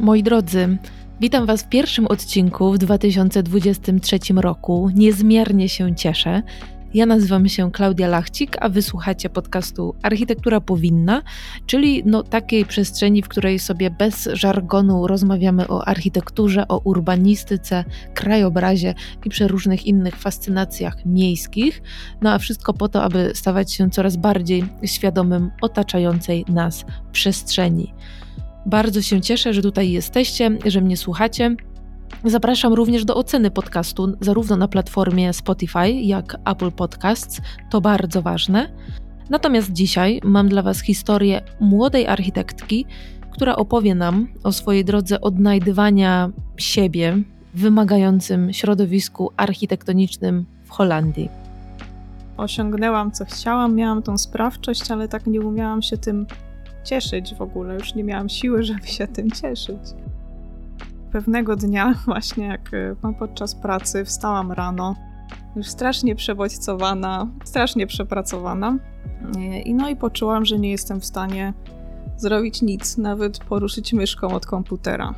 Moi drodzy, witam Was w pierwszym odcinku w 2023 roku. Niezmiernie się cieszę. Ja nazywam się Klaudia Lachcik, a wysłuchacie podcastu Architektura Powinna, czyli takiej przestrzeni, w której sobie bez żargonu rozmawiamy o architekturze, o urbanistyce, krajobrazie i przeróżnych innych fascynacjach miejskich, a wszystko po to, aby stawać się coraz bardziej świadomym otaczającej nas przestrzeni. Bardzo się cieszę, że tutaj jesteście, że mnie słuchacie. Zapraszam również do oceny podcastu, zarówno na platformie Spotify, jak Apple Podcasts. To bardzo ważne. Natomiast dzisiaj mam dla Was historię młodej architektki, która opowie nam o swojej drodze odnajdywania siebie w wymagającym środowisku architektonicznym w Holandii. Osiągnęłam, co chciałam, miałam tą sprawczość, ale tak nie umiałam się tym cieszyć w ogóle. Już nie miałam siły, żeby się tym cieszyć. Pewnego dnia, właśnie jak podczas pracy, wstałam rano, już strasznie przebodźcowana, strasznie przepracowana i poczułam, że nie jestem w stanie zrobić nic, nawet poruszyć myszką od komputera.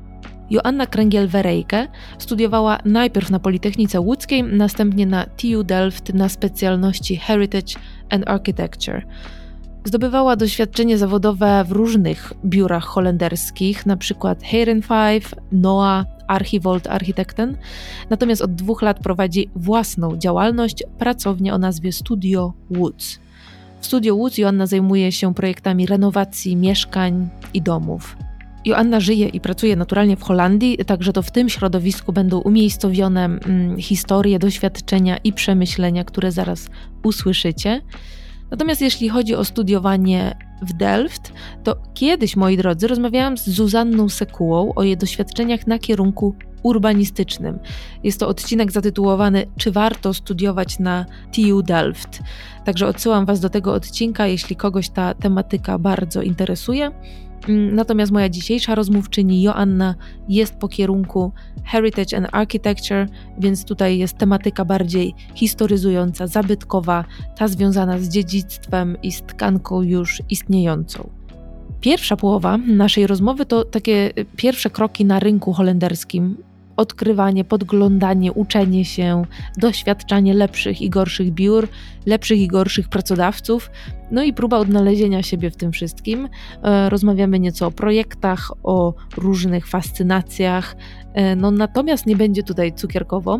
Joanna Kręgiel-Vereyke studiowała najpierw na Politechnice Łódzkiej, następnie na TU Delft na specjalności Heritage and Architecture. Zdobywała doświadczenie zawodowe w różnych biurach holenderskich, np. Heren 5, NOA, Archivolt Architecten. Natomiast od 2 lat prowadzi własną działalność, pracownię o nazwie Studio Woods. W Studio Woods Joanna zajmuje się projektami renowacji mieszkań i domów. Joanna żyje i pracuje naturalnie w Holandii, także to w tym środowisku będą umiejscowione historie, doświadczenia i przemyślenia, które zaraz usłyszycie. Natomiast jeśli chodzi o studiowanie w Delft, to kiedyś, moi drodzy, rozmawiałam z Zuzanną Sekułą o jej doświadczeniach na kierunku urbanistycznym. Jest to odcinek zatytułowany „Czy warto studiować na TU Delft?”. Także odsyłam Was do tego odcinka, jeśli kogoś ta tematyka bardzo interesuje. Natomiast moja dzisiejsza rozmówczyni Joanna jest po kierunku Heritage and Architecture, więc tutaj jest tematyka bardziej historyzująca, zabytkowa, ta związana z dziedzictwem i z tkanką już istniejącą. Pierwsza połowa naszej rozmowy to takie pierwsze kroki na rynku holenderskim. Odkrywanie, podglądanie, uczenie się, doświadczanie lepszych i gorszych biur, lepszych i gorszych pracodawców, i próba odnalezienia siebie w tym wszystkim. Rozmawiamy nieco o projektach, o różnych fascynacjach, natomiast nie będzie tutaj cukierkowo,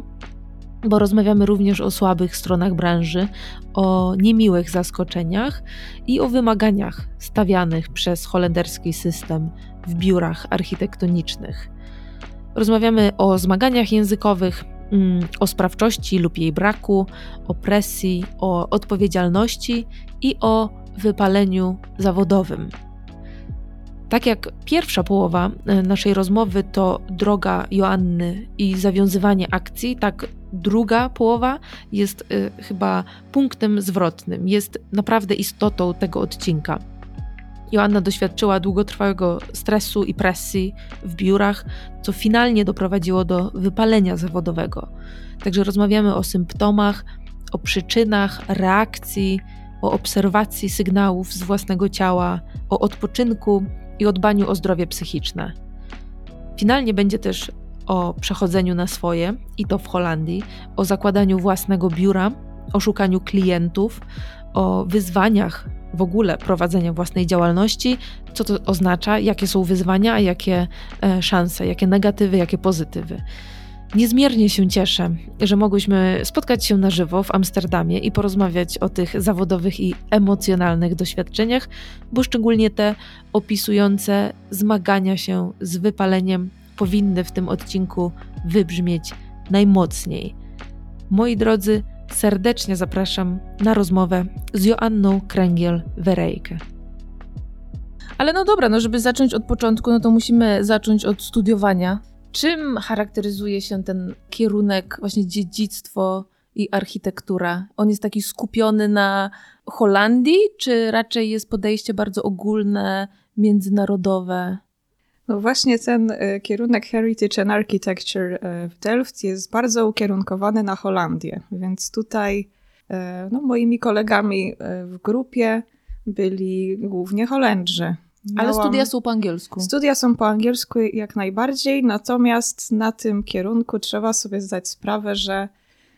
bo rozmawiamy również o słabych stronach branży, o niemiłych zaskoczeniach i o wymaganiach stawianych przez holenderski system w biurach architektonicznych. Rozmawiamy o zmaganiach językowych, o sprawczości lub jej braku, o presji, o odpowiedzialności i o wypaleniu zawodowym. Tak jak pierwsza połowa naszej rozmowy to droga Joanny i zawiązywanie akcji, tak druga połowa jest chyba punktem zwrotnym, jest naprawdę istotą tego odcinka. Joanna doświadczyła długotrwałego stresu i presji w biurach, co finalnie doprowadziło do wypalenia zawodowego. Także rozmawiamy o symptomach, o przyczynach, reakcji, o obserwacji sygnałów z własnego ciała, o odpoczynku i o dbaniu o zdrowie psychiczne. Finalnie będzie też o przechodzeniu na swoje, i to w Holandii, o zakładaniu własnego biura, o szukaniu klientów, o wyzwaniach w ogóle prowadzenia własnej działalności, co to oznacza, jakie są wyzwania, a jakie szanse, jakie negatywy, jakie pozytywy. Niezmiernie się cieszę, że mogłyśmy spotkać się na żywo w Amsterdamie i porozmawiać o tych zawodowych i emocjonalnych doświadczeniach, bo szczególnie te opisujące zmagania się z wypaleniem powinny w tym odcinku wybrzmieć najmocniej. Moi drodzy, serdecznie zapraszam na rozmowę z Joanną Kręgiel-Vereyke. Ale dobra, żeby zacząć od początku, to musimy zacząć od studiowania. Czym charakteryzuje się ten kierunek właśnie dziedzictwo i architektura? On jest taki skupiony na Holandii, czy raczej jest podejście bardzo ogólne, międzynarodowe? No właśnie ten kierunek Heritage and Architecture w Delft jest bardzo ukierunkowany na Holandię, więc tutaj moimi kolegami w grupie byli głównie Holendrzy. Ale studia są po angielsku. Studia są po angielsku jak najbardziej, natomiast na tym kierunku trzeba sobie zdać sprawę, że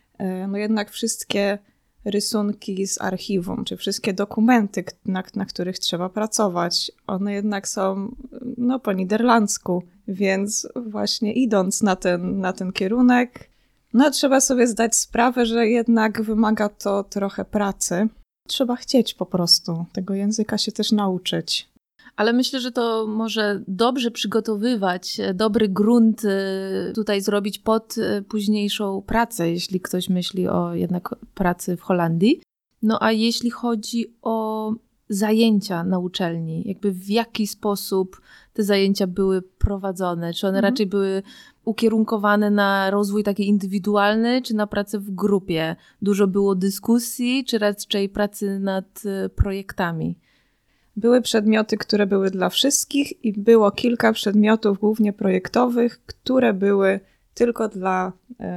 jednak wszystkie rysunki z archiwum, czy wszystkie dokumenty, na których trzeba pracować, one jednak są po niderlandzku, więc właśnie idąc na ten kierunek, trzeba sobie zdać sprawę, że jednak wymaga to trochę pracy. Trzeba chcieć po prostu tego języka się też nauczyć. Ale myślę, że to może dobrze przygotowywać, dobry grunt tutaj zrobić pod późniejszą pracę, jeśli ktoś myśli o jednak pracy w Holandii. No a jeśli chodzi o zajęcia na uczelni, jakby w jaki sposób te zajęcia były prowadzone? Czy one raczej były ukierunkowane na rozwój taki indywidualny, czy na pracę w grupie? Dużo było dyskusji, czy raczej pracy nad projektami? Były przedmioty, które były dla wszystkich i było kilka przedmiotów, głównie projektowych, które były tylko dla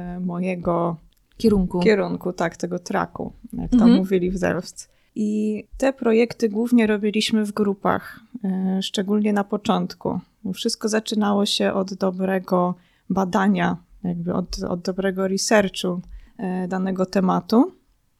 mojego kierunku, tak, tego tracku, jak tam mówili w Delft. I te projekty głównie robiliśmy w grupach, szczególnie na początku. Wszystko zaczynało się od dobrego badania, jakby od dobrego researchu danego tematu,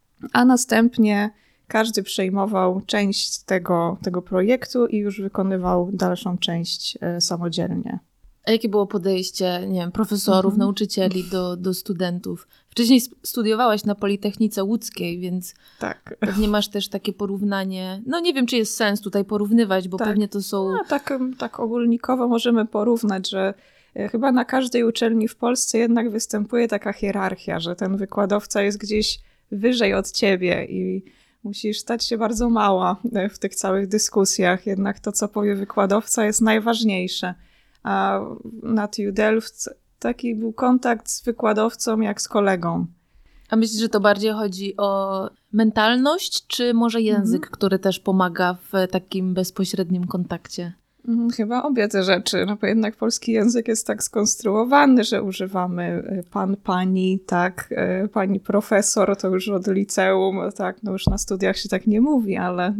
a następnie każdy przejmował część tego projektu i już wykonywał dalszą część samodzielnie. A jakie było podejście, nie wiem, profesorów, nauczycieli do studentów? Wcześniej studiowałaś na Politechnice Łódzkiej, więc tak. Pewnie masz też takie porównanie. No nie wiem, czy jest sens tutaj porównywać, bo pewnie to są... Tak ogólnikowo możemy porównać, że chyba na każdej uczelni w Polsce jednak występuje taka hierarchia, że ten wykładowca jest gdzieś wyżej od ciebie i musisz stać się bardzo mała w tych całych dyskusjach. Jednak to, co powie wykładowca, jest najważniejsze. A na TU Delft taki był kontakt z wykładowcą jak z kolegą. A myślisz, że to bardziej chodzi o mentalność, czy może język, który też pomaga w takim bezpośrednim kontakcie? Chyba obie te rzeczy, bo jednak polski język jest tak skonstruowany, że używamy pan, pani, tak, pani profesor, to już od liceum, tak, już na studiach się tak nie mówi, ale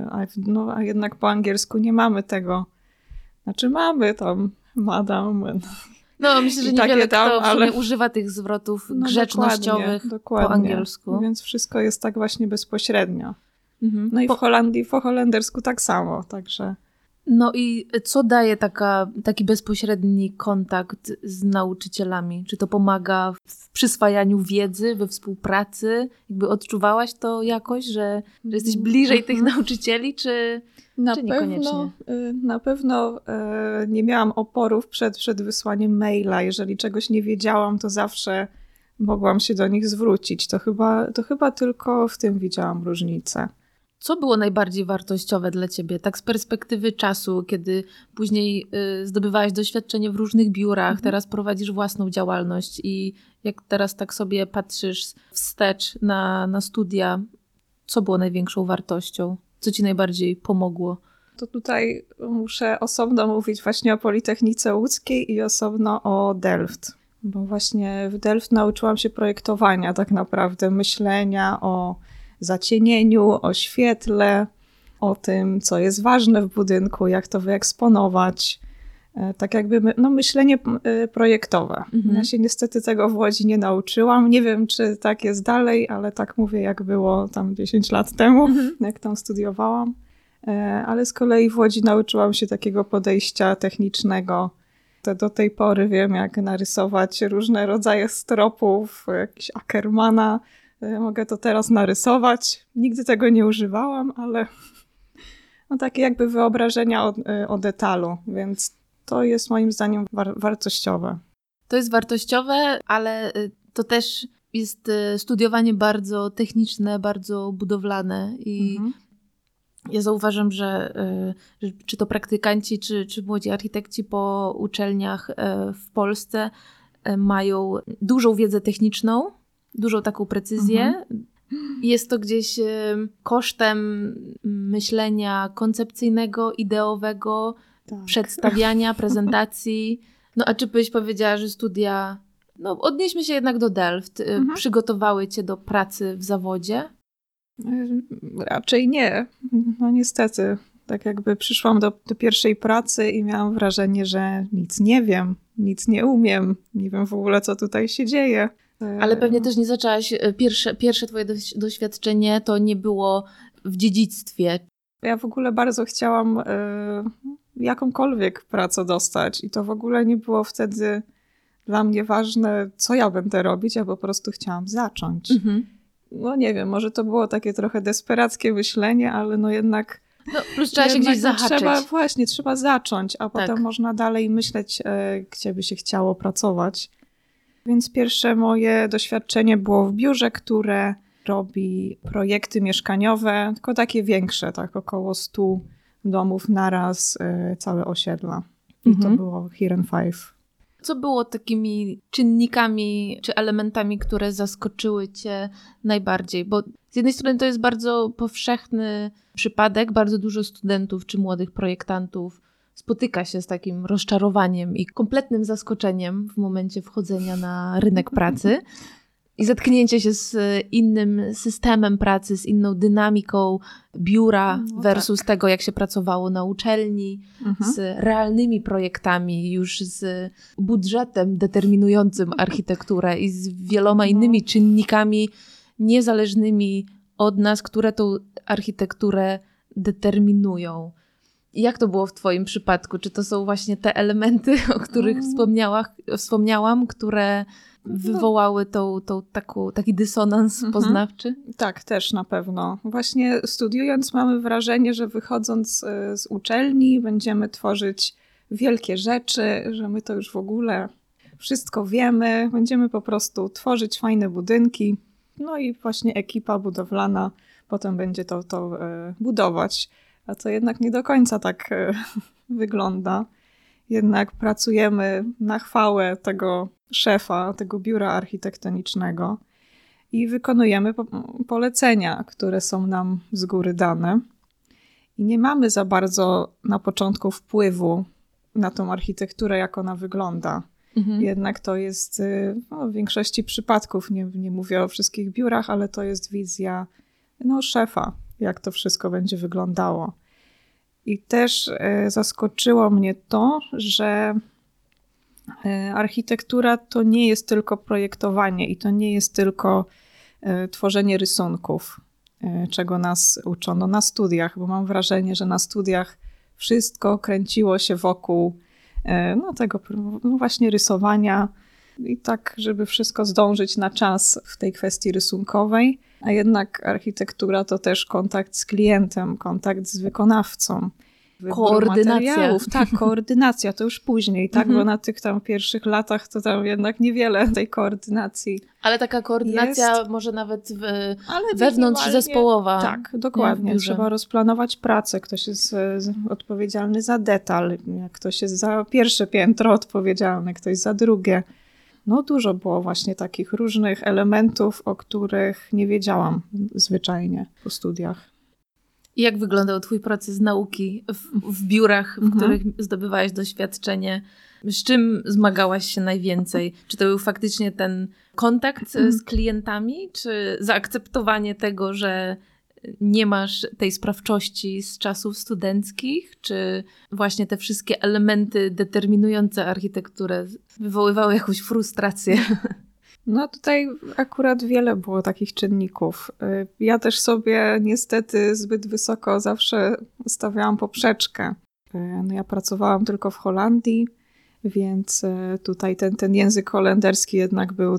a jednak po angielsku nie mamy tego. Znaczy mamy tam madam. No myślę, że niewiele kto w sumie używa tych zwrotów grzecznościowych dokładnie. Po angielsku. Więc wszystko jest tak właśnie bezpośrednio. No i w Holandii po holendersku tak samo, także... No i co daje taki bezpośredni kontakt z nauczycielami? Czy to pomaga w przyswajaniu wiedzy, we współpracy? Jakby odczuwałaś to jakoś, że jesteś bliżej tych nauczycieli, czy niekoniecznie? Na pewno nie miałam oporów przed wysłaniem maila. Jeżeli czegoś nie wiedziałam, to zawsze mogłam się do nich zwrócić. To chyba tylko w tym widziałam różnicę. Co było najbardziej wartościowe dla ciebie, tak z perspektywy czasu, kiedy później zdobywałaś doświadczenie w różnych biurach, teraz prowadzisz własną działalność i jak teraz tak sobie patrzysz wstecz na studia, co było największą wartością? Co ci najbardziej pomogło? To tutaj muszę osobno mówić właśnie o Politechnice Łódzkiej i osobno o Delft. Bo właśnie w Delft nauczyłam się projektowania tak naprawdę, myślenia o zacienieniu, o świetle, o tym, co jest ważne w budynku, jak to wyeksponować. Tak jakby myślenie projektowe. Ja się niestety tego w Łodzi nie nauczyłam. Nie wiem, czy tak jest dalej, ale tak mówię, jak było tam 10 lat temu, jak tam studiowałam. Ale z kolei w Łodzi nauczyłam się takiego podejścia technicznego. Do tej pory wiem, jak narysować różne rodzaje stropów, jakiś Ackermana. Mogę to teraz narysować. Nigdy tego nie używałam, ale takie jakby wyobrażenia o detalu, więc to jest moim zdaniem wartościowe. To jest wartościowe, ale to też jest studiowanie bardzo techniczne, bardzo budowlane i ja zauważam, że czy to praktykanci, czy młodzi architekci po uczelniach w Polsce mają dużą wiedzę techniczną, dużą taką precyzję. Jest to gdzieś kosztem myślenia koncepcyjnego, ideowego, przedstawiania, prezentacji. No a czy byś powiedziała, że studia, odnieśmy się jednak do Delft, przygotowały cię do pracy w zawodzie? Raczej nie. Niestety. Tak jakby przyszłam do pierwszej pracy i miałam wrażenie, że nic nie wiem, nic nie umiem, nie wiem w ogóle, co tutaj się dzieje. Ale pewnie też nie zaczęłaś, pierwsze twoje doświadczenie to nie było w dziedzictwie. Ja w ogóle bardzo chciałam jakąkolwiek pracę dostać i to w ogóle nie było wtedy dla mnie ważne, co ja będę robić, ja po prostu chciałam zacząć. Mhm. No nie wiem, może to było takie trochę desperackie myślenie, ale no jednak... No plus trzeba się gdzieś zahaczyć. Trzeba zacząć, a potem można dalej myśleć, gdzie by się chciało pracować. Więc pierwsze moje doświadczenie było w biurze, które robi projekty mieszkaniowe, tylko takie większe, tak około 100 domów naraz, całe osiedla. I to było Here and Five. Co było takimi czynnikami czy elementami, które zaskoczyły cię najbardziej? Bo z jednej strony to jest bardzo powszechny przypadek, bardzo dużo studentów czy młodych projektantów spotyka się z takim rozczarowaniem i kompletnym zaskoczeniem w momencie wchodzenia na rynek pracy i zetknięcie się z innym systemem pracy, z inną dynamiką biura versus tego, jak się pracowało na uczelni, z realnymi projektami, już z budżetem determinującym architekturę i z wieloma innymi czynnikami niezależnymi od nas, które tą architekturę determinują. Jak to było w twoim przypadku? Czy to są właśnie te elementy, o których wspomniałam, które wywołały taki dysonans poznawczy? Tak, też na pewno. Właśnie studiując mamy wrażenie, że wychodząc z uczelni będziemy tworzyć wielkie rzeczy, że my to już w ogóle wszystko wiemy, będziemy po prostu tworzyć fajne budynki. No i właśnie ekipa budowlana potem będzie to budować. A to jednak nie do końca tak wygląda. Jednak pracujemy na chwałę tego szefa, tego biura architektonicznego i wykonujemy polecenia, które są nam z góry dane. I nie mamy za bardzo na początku wpływu na tą architekturę, jak ona wygląda. Jednak to jest w większości przypadków, nie mówię o wszystkich biurach, ale to jest wizja szefa, jak to wszystko będzie wyglądało. I też zaskoczyło mnie to, że architektura to nie jest tylko projektowanie i to nie jest tylko tworzenie rysunków, czego nas uczono na studiach, bo mam wrażenie, że na studiach wszystko kręciło się wokół tego właśnie rysowania i tak, żeby wszystko zdążyć na czas w tej kwestii rysunkowej, a jednak architektura to też kontakt z klientem, kontakt z wykonawcą. Koordynacja. Tak, koordynacja, to już później, tak, bo na tych tam pierwszych latach to tam jednak niewiele tej koordynacji. Ale taka koordynacja jest, może nawet wewnątrz-zespołowa. Tak, dokładnie. Trzeba rozplanować pracę. Ktoś jest odpowiedzialny za detal, ktoś jest za pierwsze piętro odpowiedzialny, ktoś za drugie. No dużo było właśnie takich różnych elementów, o których nie wiedziałam zwyczajnie po studiach. I jak wyglądał twój proces nauki w biurach, w których zdobywałeś doświadczenie? Z czym zmagałaś się najwięcej? Czy to był faktycznie ten kontakt z klientami, czy zaakceptowanie tego, że nie masz tej sprawczości z czasów studenckich, czy właśnie te wszystkie elementy determinujące architekturę wywoływały jakąś frustrację? No tutaj akurat wiele było takich czynników. Ja też sobie niestety zbyt wysoko zawsze stawiałam poprzeczkę. No ja pracowałam tylko w Holandii, więc tutaj ten język holenderski jednak był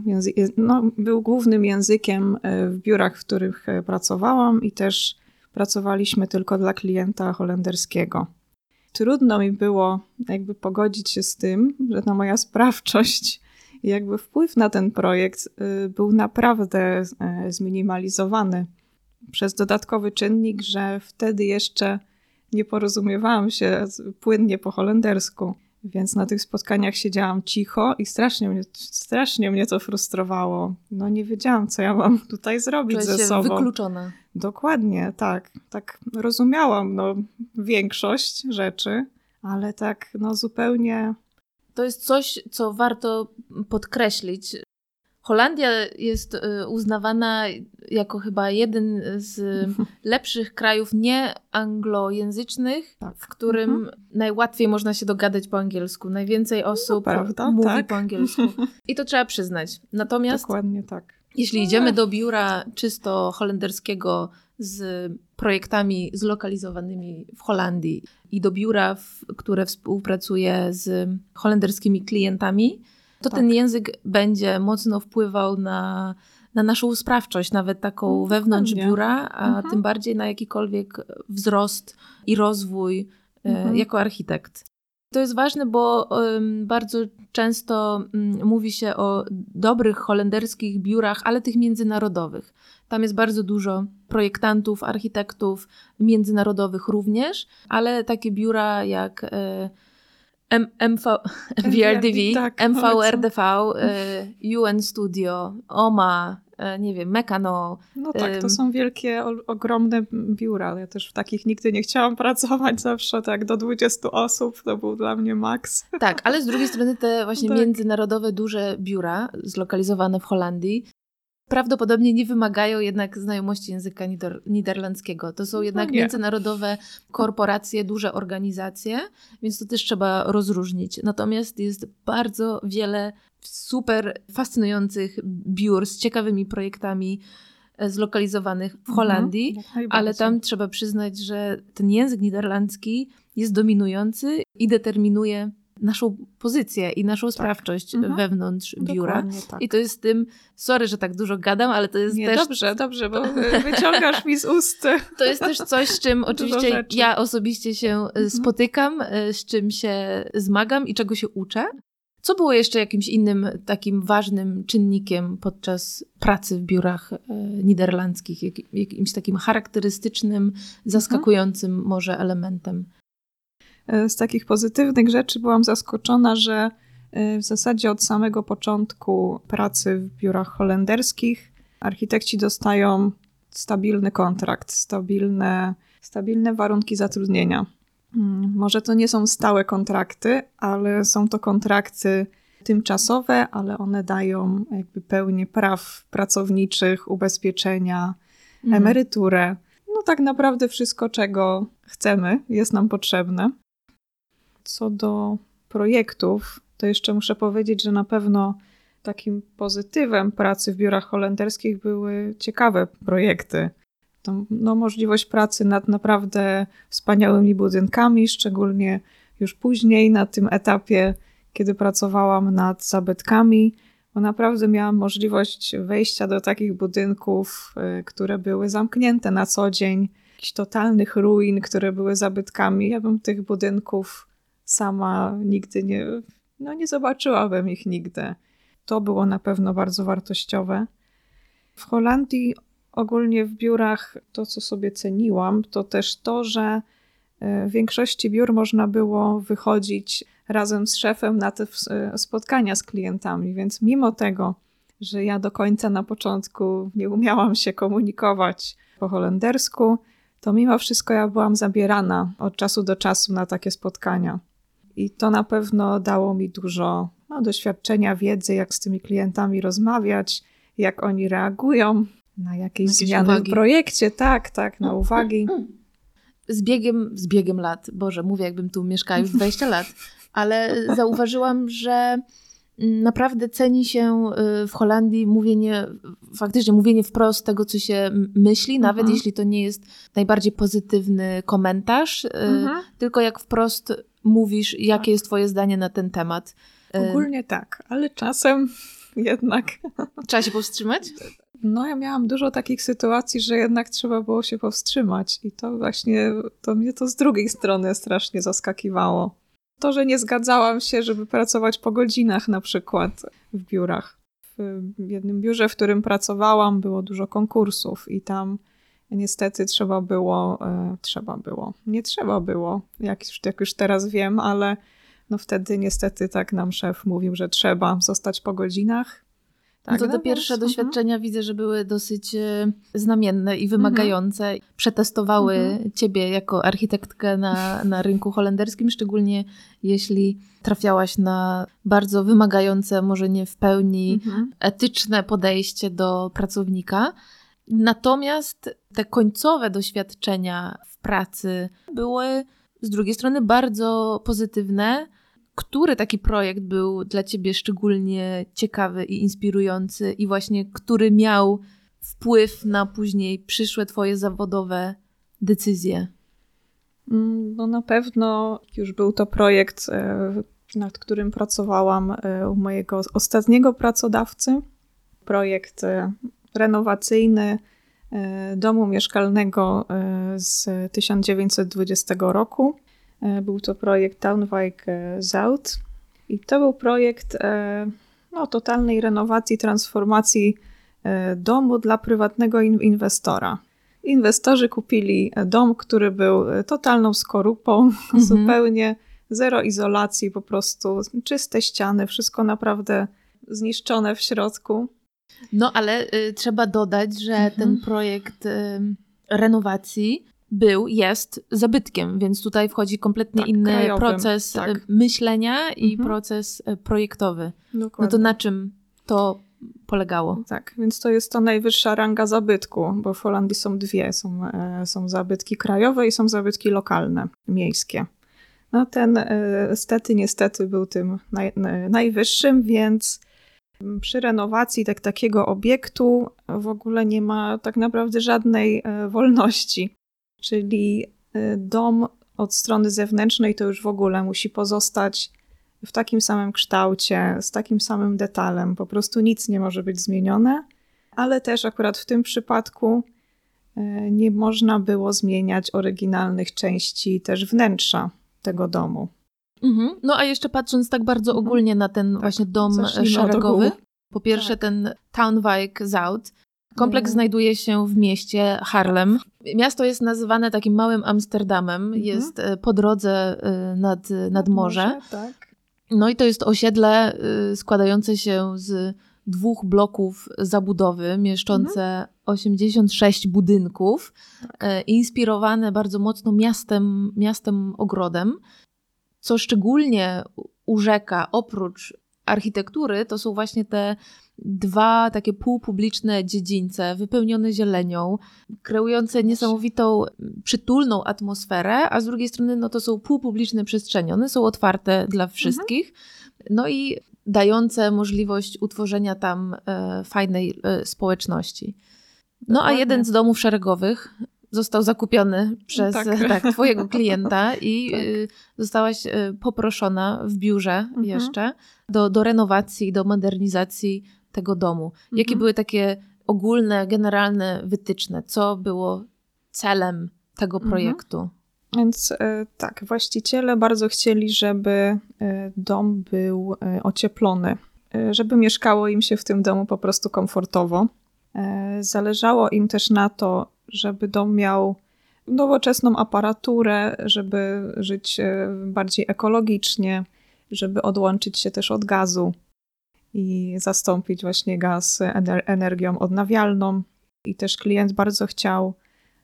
był głównym językiem w biurach, w których pracowałam i też pracowaliśmy tylko dla klienta holenderskiego. Trudno mi było jakby pogodzić się z tym, że ta moja sprawczość i jakby wpływ na ten projekt był naprawdę zminimalizowany przez dodatkowy czynnik, że wtedy jeszcze nie porozumiewałam się płynnie po holendersku, więc na tych spotkaniach siedziałam cicho i strasznie mnie to frustrowało. No nie wiedziałam, co ja mam tutaj zrobić ze sobą. Wykluczona. Dokładnie, tak. Tak rozumiałam większość rzeczy, ale tak zupełnie... To jest coś, co warto podkreślić. Holandia jest uznawana jako chyba jeden z lepszych krajów nieanglojęzycznych, w którym najłatwiej można się dogadać po angielsku. Najwięcej osób mówi po angielsku. I to trzeba przyznać. Natomiast dokładnie tak. Jeśli idziemy do biura czysto holenderskiego z projektami zlokalizowanymi w Holandii i do biura, które współpracuje z holenderskimi klientami, to ten język będzie mocno wpływał na naszą sprawczość, nawet taką wewnątrz biura, a tym bardziej na jakikolwiek wzrost i rozwój jako architekt. To jest ważne, bo bardzo często mówi się o dobrych holenderskich biurach, ale tych międzynarodowych. Tam jest bardzo dużo projektantów, architektów międzynarodowych również, ale takie biura jak MVRDV, UN Studio, OMA, nie wiem, Meccano. No tak, to są wielkie, ogromne biura, ale ja też w takich nigdy nie chciałam pracować, zawsze tak do 20 osób, to był dla mnie maks. Tak, ale z drugiej strony te właśnie międzynarodowe, duże biura zlokalizowane w Holandii prawdopodobnie nie wymagają jednak znajomości języka niderlandzkiego. To są jednak międzynarodowe korporacje, duże organizacje, więc to też trzeba rozróżnić. Natomiast jest bardzo wiele super fascynujących biur z ciekawymi projektami zlokalizowanych w Holandii, ale tam trzeba przyznać, że ten język niderlandzki jest dominujący i determinuje naszą pozycję i naszą sprawczość wewnątrz biura. Tak. I to jest tym, sorry, że tak dużo gadam, ale to jest też... Dobrze, bo wyciągasz mi z ust. To jest też coś, z czym oczywiście ja osobiście się spotykam, z czym się zmagam i czego się uczę. Co było jeszcze jakimś innym takim ważnym czynnikiem podczas pracy w biurach niderlandzkich? Jakimś takim charakterystycznym, zaskakującym może elementem? Z takich pozytywnych rzeczy byłam zaskoczona, że w zasadzie od samego początku pracy w biurach holenderskich architekci dostają stabilny kontrakt, stabilne warunki zatrudnienia. Może to nie są stałe kontrakty, ale są to kontrakty tymczasowe, ale one dają jakby pełnię praw pracowniczych, ubezpieczenia, emeryturę. No tak naprawdę wszystko, czego chcemy, jest nam potrzebne. Co do projektów, to jeszcze muszę powiedzieć, że na pewno takim pozytywem pracy w biurach holenderskich były ciekawe projekty. To, możliwość pracy nad naprawdę wspaniałymi budynkami, szczególnie już później na tym etapie, kiedy pracowałam nad zabytkami, bo naprawdę miałam możliwość wejścia do takich budynków, które były zamknięte na co dzień, jakichś totalnych ruin, które były zabytkami. Ja bym tych budynków sama nigdy nie zobaczyłabym ich nigdy. To było na pewno bardzo wartościowe. W Holandii ogólnie w biurach to, co sobie ceniłam, to też to, że w większości biur można było wychodzić razem z szefem na te spotkania z klientami, więc mimo tego, że ja do końca na początku nie umiałam się komunikować po holendersku, to mimo wszystko ja byłam zabierana od czasu do czasu na takie spotkania. I to na pewno dało mi dużo doświadczenia, wiedzy, jak z tymi klientami rozmawiać, jak oni reagują na jakieś zmiany w projekcie. Tak, na uwagi. Z biegiem lat, Boże, mówię jakbym tu mieszkała już 20 lat, ale zauważyłam, że naprawdę ceni się w Holandii mówienie wprost tego, co się myśli, nawet jeśli to nie jest najbardziej pozytywny komentarz, tylko jak wprost mówisz, jakie jest twoje zdanie na ten temat. Ogólnie tak, ale czasem jednak... Trzeba się powstrzymać? Ja miałam dużo takich sytuacji, że jednak trzeba było się powstrzymać i to właśnie, to mnie to z drugiej strony strasznie zaskakiwało. To, że nie zgadzałam się, żeby pracować po godzinach na przykład w biurach. W jednym biurze, w którym pracowałam, było dużo konkursów i tam niestety nie trzeba było, jak już teraz wiem, ale wtedy niestety tak nam szef mówił, że trzeba zostać po godzinach. No to te pierwsze doświadczenia widzę, że były dosyć znamienne i wymagające. Przetestowały ciebie jako architektkę na rynku holenderskim, szczególnie jeśli trafiałaś na bardzo wymagające, może nie w pełni etyczne podejście do pracownika. Natomiast te końcowe doświadczenia w pracy były z drugiej strony bardzo pozytywne. Który taki projekt był dla ciebie szczególnie ciekawy i inspirujący i właśnie który miał wpływ na później przyszłe twoje zawodowe decyzje? No na pewno już był to projekt, nad którym pracowałam u mojego ostatniego pracodawcy. Projekt renowacyjny domu mieszkalnego z 1920 roku. Był to projekt Tuinwijk Zuid i to był projekt totalnej renowacji, transformacji domu dla prywatnego inwestora. Inwestorzy kupili dom, który był totalną skorupą, zupełnie zero izolacji, po prostu czyste ściany, wszystko naprawdę zniszczone w środku. No ale trzeba dodać, że ten projekt renowacji jest zabytkiem, więc tutaj wchodzi kompletnie inny krajowym, proces myślenia i proces projektowy. Dokładnie. No to na czym to polegało? Tak, więc to jest to najwyższa ranga zabytku, bo w Holandii są dwie. Są zabytki krajowe i są zabytki lokalne, miejskie. No ten niestety był tym najwyższym, więc przy renowacji takiego obiektu w ogóle nie ma tak naprawdę żadnej wolności. Czyli dom od strony zewnętrznej to już w ogóle musi pozostać w takim samym kształcie, z takim samym detalem. Po prostu nic nie może być zmienione, ale też akurat w tym przypadku nie można było zmieniać oryginalnych części też wnętrza tego domu. No a jeszcze patrząc tak bardzo ogólnie na ten właśnie dom szeregowy. Po pierwsze ten Tuinwijk Zuid. Kompleks znajduje się w mieście Haarlem. Miasto jest nazywane takim małym Amsterdamem. Jest po drodze nad morze. Tak. No i to jest osiedle składające się z 2 bloków zabudowy, mieszczące 86 budynków, inspirowane bardzo mocno miastem ogrodem. Co szczególnie urzeka oprócz architektury, to są właśnie te 2 takie półpubliczne dziedzińce wypełnione zielenią, kreujące niesamowitą, przytulną atmosferę, a z drugiej strony no to są półpubliczne przestrzenie. One są otwarte dla wszystkich, no i dające możliwość utworzenia tam fajnej społeczności. No a jeden z domów szeregowych został zakupiony przez twojego klienta i zostałaś poproszona w biurze jeszcze do renowacji, do modernizacji tego domu. Jakie były takie ogólne, generalne wytyczne? Co było celem tego projektu? Więc właściciele bardzo chcieli, żeby dom był ocieplony, żeby mieszkało im się w tym domu po prostu komfortowo. Zależało im też na to, żeby dom miał nowoczesną aparaturę, żeby żyć bardziej ekologicznie, żeby odłączyć się też od gazu i zastąpić właśnie gaz energią odnawialną. I też klient bardzo chciał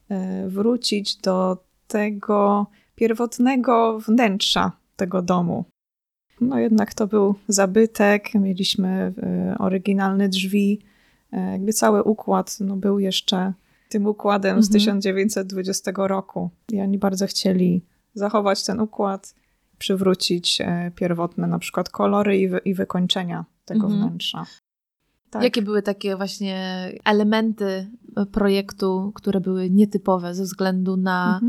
wrócić do tego pierwotnego wnętrza tego domu. No jednak to był zabytek, mieliśmy oryginalne drzwi, jakby cały układ był jeszcze tym układem z 1920 roku. I oni bardzo chcieli zachować ten układ, przywrócić pierwotne na przykład kolory i wykończenia tego wnętrza. Tak. Jakie były takie właśnie elementy projektu, które były nietypowe ze względu na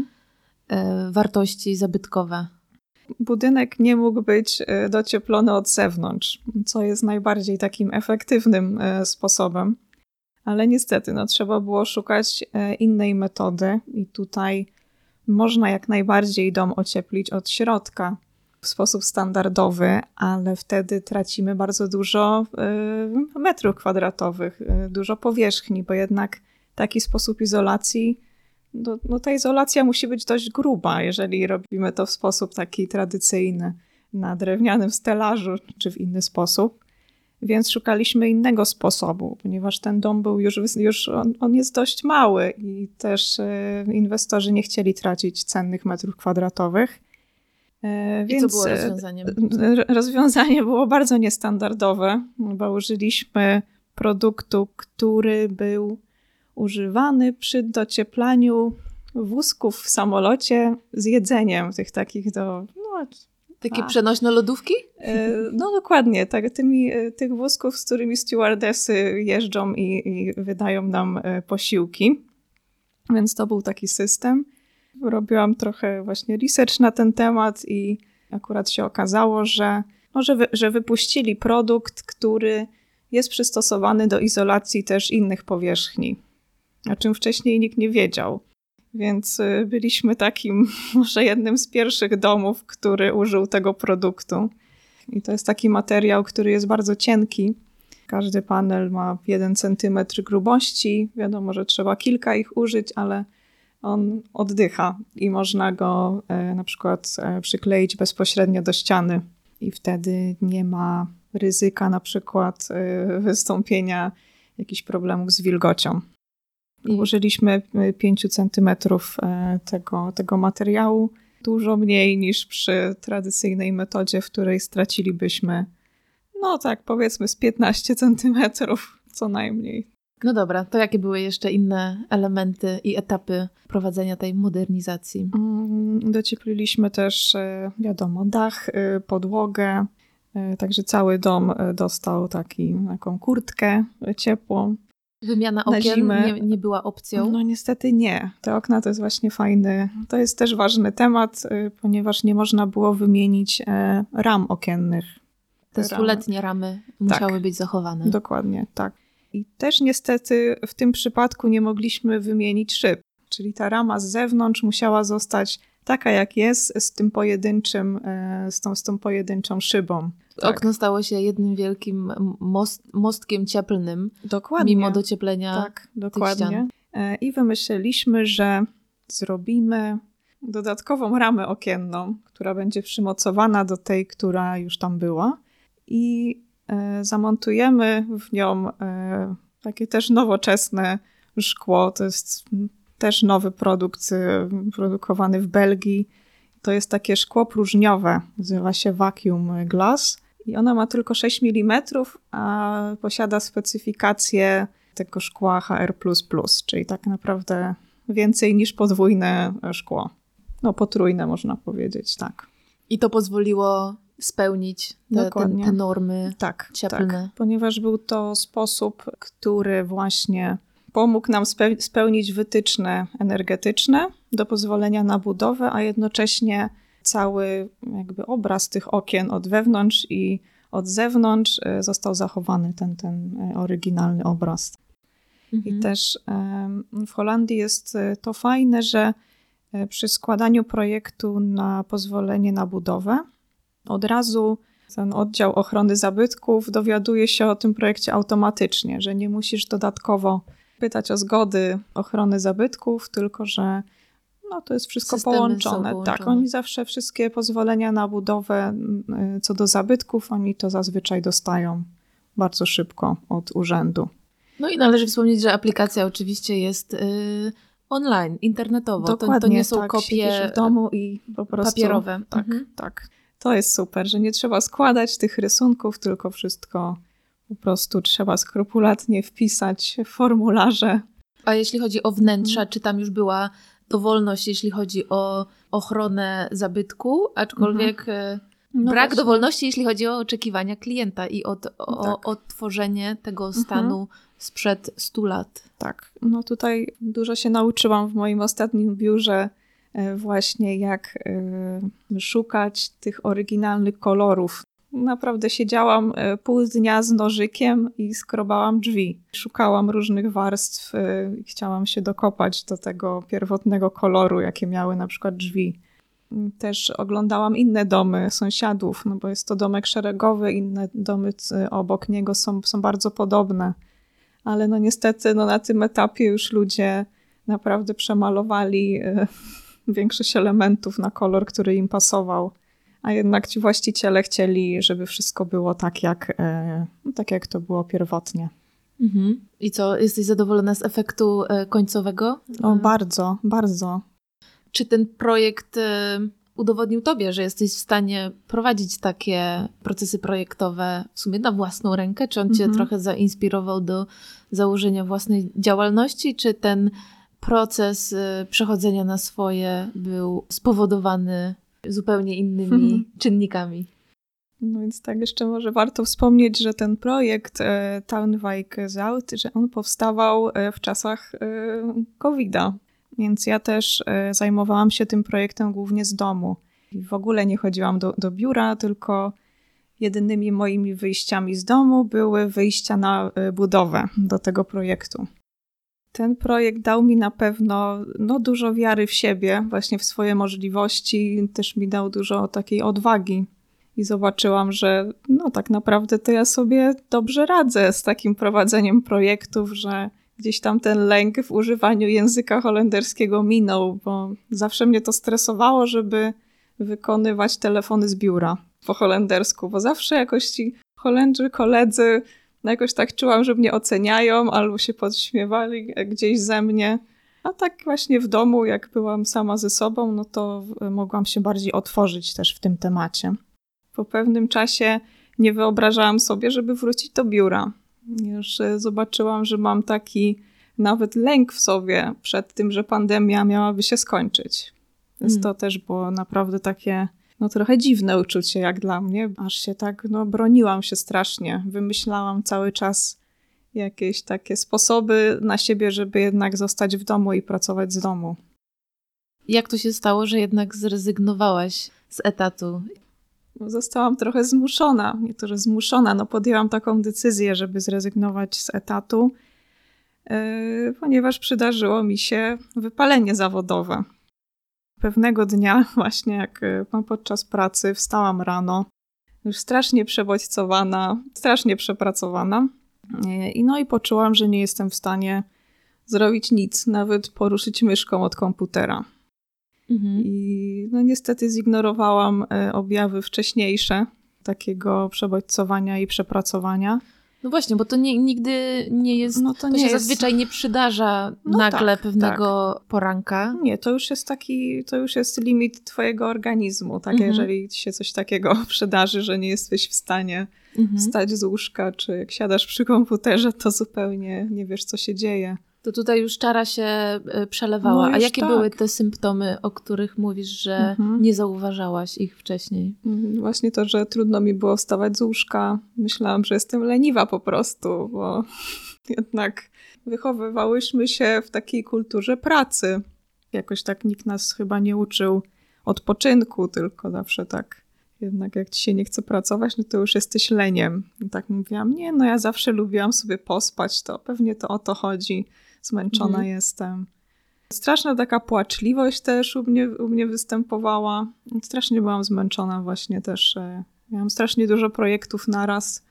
wartości zabytkowe? Budynek nie mógł być docieplony od zewnątrz, co jest najbardziej takim efektywnym sposobem. Ale niestety trzeba było szukać innej metody i tutaj można jak najbardziej dom ocieplić od środka w sposób standardowy, ale wtedy tracimy bardzo dużo metrów kwadratowych, dużo powierzchni, bo jednak taki sposób izolacji, ta izolacja musi być dość gruba, jeżeli robimy to w sposób taki tradycyjny, na drewnianym stelażu czy w inny sposób. Więc szukaliśmy innego sposobu, ponieważ ten dom był on jest dość mały i też inwestorzy nie chcieli tracić cennych metrów kwadratowych. I co było rozwiązaniem? Rozwiązanie było bardzo niestandardowe, bo użyliśmy produktu, który był używany przy docieplaniu wózków w samolocie z jedzeniem, tych takich Takie przenośne lodówki? No dokładnie, tak, tych wózków, z którymi stewardesy jeżdżą i wydają nam posiłki. Więc to był taki system. Robiłam trochę właśnie research na ten temat i akurat się okazało, że wypuścili produkt, który jest przystosowany do izolacji też innych powierzchni, o czym wcześniej nikt nie wiedział. Więc byliśmy takim może jednym z pierwszych domów, który użył tego produktu. I to jest taki materiał, który jest bardzo cienki. Każdy panel ma 1 centymetr grubości. Wiadomo, że trzeba kilka ich użyć, ale on oddycha i można go na przykład przykleić bezpośrednio do ściany i wtedy nie ma ryzyka na przykład wystąpienia jakichś problemów z wilgocią. Użyliśmy 5 centymetrów tego materiału, dużo mniej niż przy tradycyjnej metodzie, w której stracilibyśmy, no tak powiedzmy z 15 centymetrów co najmniej. No dobra, to jakie były jeszcze inne elementy i etapy prowadzenia tej modernizacji? Dociepliliśmy też, wiadomo, dach, podłogę, także cały dom dostał taką kurtkę ciepłą. Wymiana okien nie była opcją? No niestety nie. Te okna to jest właśnie fajny, to jest też ważny temat, ponieważ nie można było wymienić ram okiennych. Te stuletnie ramy musiały być zachowane. Dokładnie, tak. I też niestety w tym przypadku nie mogliśmy wymienić szyb, czyli ta rama z zewnątrz musiała zostać taka jak jest z tą pojedynczą szybą. Tak. Okno stało się jednym wielkim mostkiem cieplnym. Dokładnie. Mimo docieplenia tych ścian. I wymyśliliśmy, że zrobimy dodatkową ramę okienną, która będzie przymocowana do tej, która już tam była i zamontujemy w nią takie też nowoczesne szkło. To jest też nowy produkt produkowany w Belgii. To jest takie szkło próżniowe, nazywa się Vacuum Glass i ono ma tylko 6 mm, a posiada specyfikację tego szkła HR++, czyli tak naprawdę więcej niż podwójne szkło. No potrójne można powiedzieć, tak. I to pozwoliło spełnić te normy cieplne. Tak, ponieważ był to sposób, który właśnie pomógł nam spełnić wytyczne energetyczne do pozwolenia na budowę, a jednocześnie cały jakby obraz tych okien od wewnątrz i od zewnątrz został zachowany, ten oryginalny obraz. I też w Holandii jest to fajne, że przy składaniu projektu na pozwolenie na budowę od razu ten oddział ochrony zabytków dowiaduje się o tym projekcie automatycznie, że nie musisz dodatkowo pytać o zgody ochrony zabytków, tylko że to jest wszystko połączone. Tak, oni zawsze wszystkie pozwolenia na budowę co do zabytków, oni to zazwyczaj dostają bardzo szybko od urzędu. No i należy wspomnieć, że aplikacja oczywiście jest online, internetowo. Dokładnie, to nie są kopie w domu i po prostu papierowe. Tak. To jest super, że nie trzeba składać tych rysunków, tylko wszystko po prostu trzeba skrupulatnie wpisać w formularze. A jeśli chodzi o wnętrza, czy tam już była dowolność, jeśli chodzi o ochronę zabytku, aczkolwiek brak dowolności, jeśli chodzi o oczekiwania klienta i o odtworzenie tego stanu sprzed 100 lat. Tak, tutaj dużo się nauczyłam w moim ostatnim biurze właśnie jak szukać tych oryginalnych kolorów. Naprawdę siedziałam pół dnia z nożykiem i skrobałam drzwi. Szukałam różnych warstw i chciałam się dokopać do tego pierwotnego koloru, jakie miały na przykład drzwi. Też oglądałam inne domy sąsiadów, bo jest to domek szeregowy, inne domy obok niego są bardzo podobne. Ale niestety na tym etapie już ludzie naprawdę przemalowali większość elementów na kolor, który im pasował. a jednak ci właściciele chcieli, żeby wszystko było tak jak to było pierwotnie. Mhm. I co, jesteś zadowolona z efektu końcowego? O, bardzo, bardzo. Czy ten projekt udowodnił tobie, że jesteś w stanie prowadzić takie procesy projektowe w sumie na własną rękę? Czy on cię trochę zainspirował do założenia własnej działalności? Czy ten proces przechodzenia na swoje był spowodowany zupełnie innymi czynnikami? No więc tak jeszcze może warto wspomnieć, że ten projekt Tuinwijk Zuid, że on powstawał w czasach COVID-a. Więc ja też zajmowałam się tym projektem głównie z domu. I w ogóle nie chodziłam do biura, tylko jedynymi moimi wyjściami z domu były wyjścia na budowę do tego projektu. Ten projekt dał mi na pewno dużo wiary w siebie, właśnie w swoje możliwości. Też mi dał dużo takiej odwagi. I zobaczyłam, że tak naprawdę to ja sobie dobrze radzę z takim prowadzeniem projektów, że gdzieś tam ten lęk w używaniu języka holenderskiego minął, bo zawsze mnie to stresowało, żeby wykonywać telefony z biura po holendersku, bo zawsze jakoś ci Holendrzy, koledzy, jakoś tak czułam, że mnie oceniają albo się podśmiewali gdzieś ze mnie. A tak właśnie w domu, jak byłam sama ze sobą, to mogłam się bardziej otworzyć też w tym temacie. Po pewnym czasie nie wyobrażałam sobie, żeby wrócić do biura. Już zobaczyłam, że mam taki nawet lęk w sobie przed tym, że pandemia miałaby się skończyć. Więc to też było naprawdę takie trochę dziwne uczucie jak dla mnie. Aż się tak broniłam się strasznie. Wymyślałam cały czas jakieś takie sposoby na siebie, żeby jednak zostać w domu i pracować z domu. Jak to się stało, że jednak zrezygnowałaś z etatu? Zostałam trochę zmuszona, nie to, że zmuszona, podjęłam taką decyzję, żeby zrezygnować z etatu, ponieważ przydarzyło mi się wypalenie zawodowe. Pewnego dnia właśnie jak podczas pracy wstałam rano, już strasznie przebodźcowana, strasznie przepracowana i poczułam, że nie jestem w stanie zrobić nic, nawet poruszyć myszką od komputera. I niestety zignorowałam objawy wcześniejsze takiego przebodźcowania i przepracowania. No właśnie, bo to nigdy nie jest, to się zazwyczaj nie przydarza nagle pewnego poranka. Nie, to już jest limit twojego organizmu, tak? Jeżeli ci się coś takiego przydarzy, że nie jesteś w stanie wstać z łóżka, czy jak siadasz przy komputerze, to zupełnie nie wiesz, co się dzieje. To tutaj już czara się przelewała. A jakie były te symptomy, o których mówisz, że nie zauważałaś ich wcześniej? Właśnie to, że trudno mi było wstawać z łóżka. Myślałam, że jestem leniwa po prostu, bo jednak wychowywałyśmy się w takiej kulturze pracy. Jakoś tak nikt nas chyba nie uczył odpoczynku, tylko zawsze tak. Jednak jak ci się nie chce pracować, to już jesteś leniem. I tak mówiłam, ja zawsze lubiłam sobie pospać, to pewnie to o to chodzi. Zmęczona jestem. Straszna taka płaczliwość też u mnie występowała. Strasznie byłam zmęczona właśnie też. Miałam strasznie dużo projektów naraz.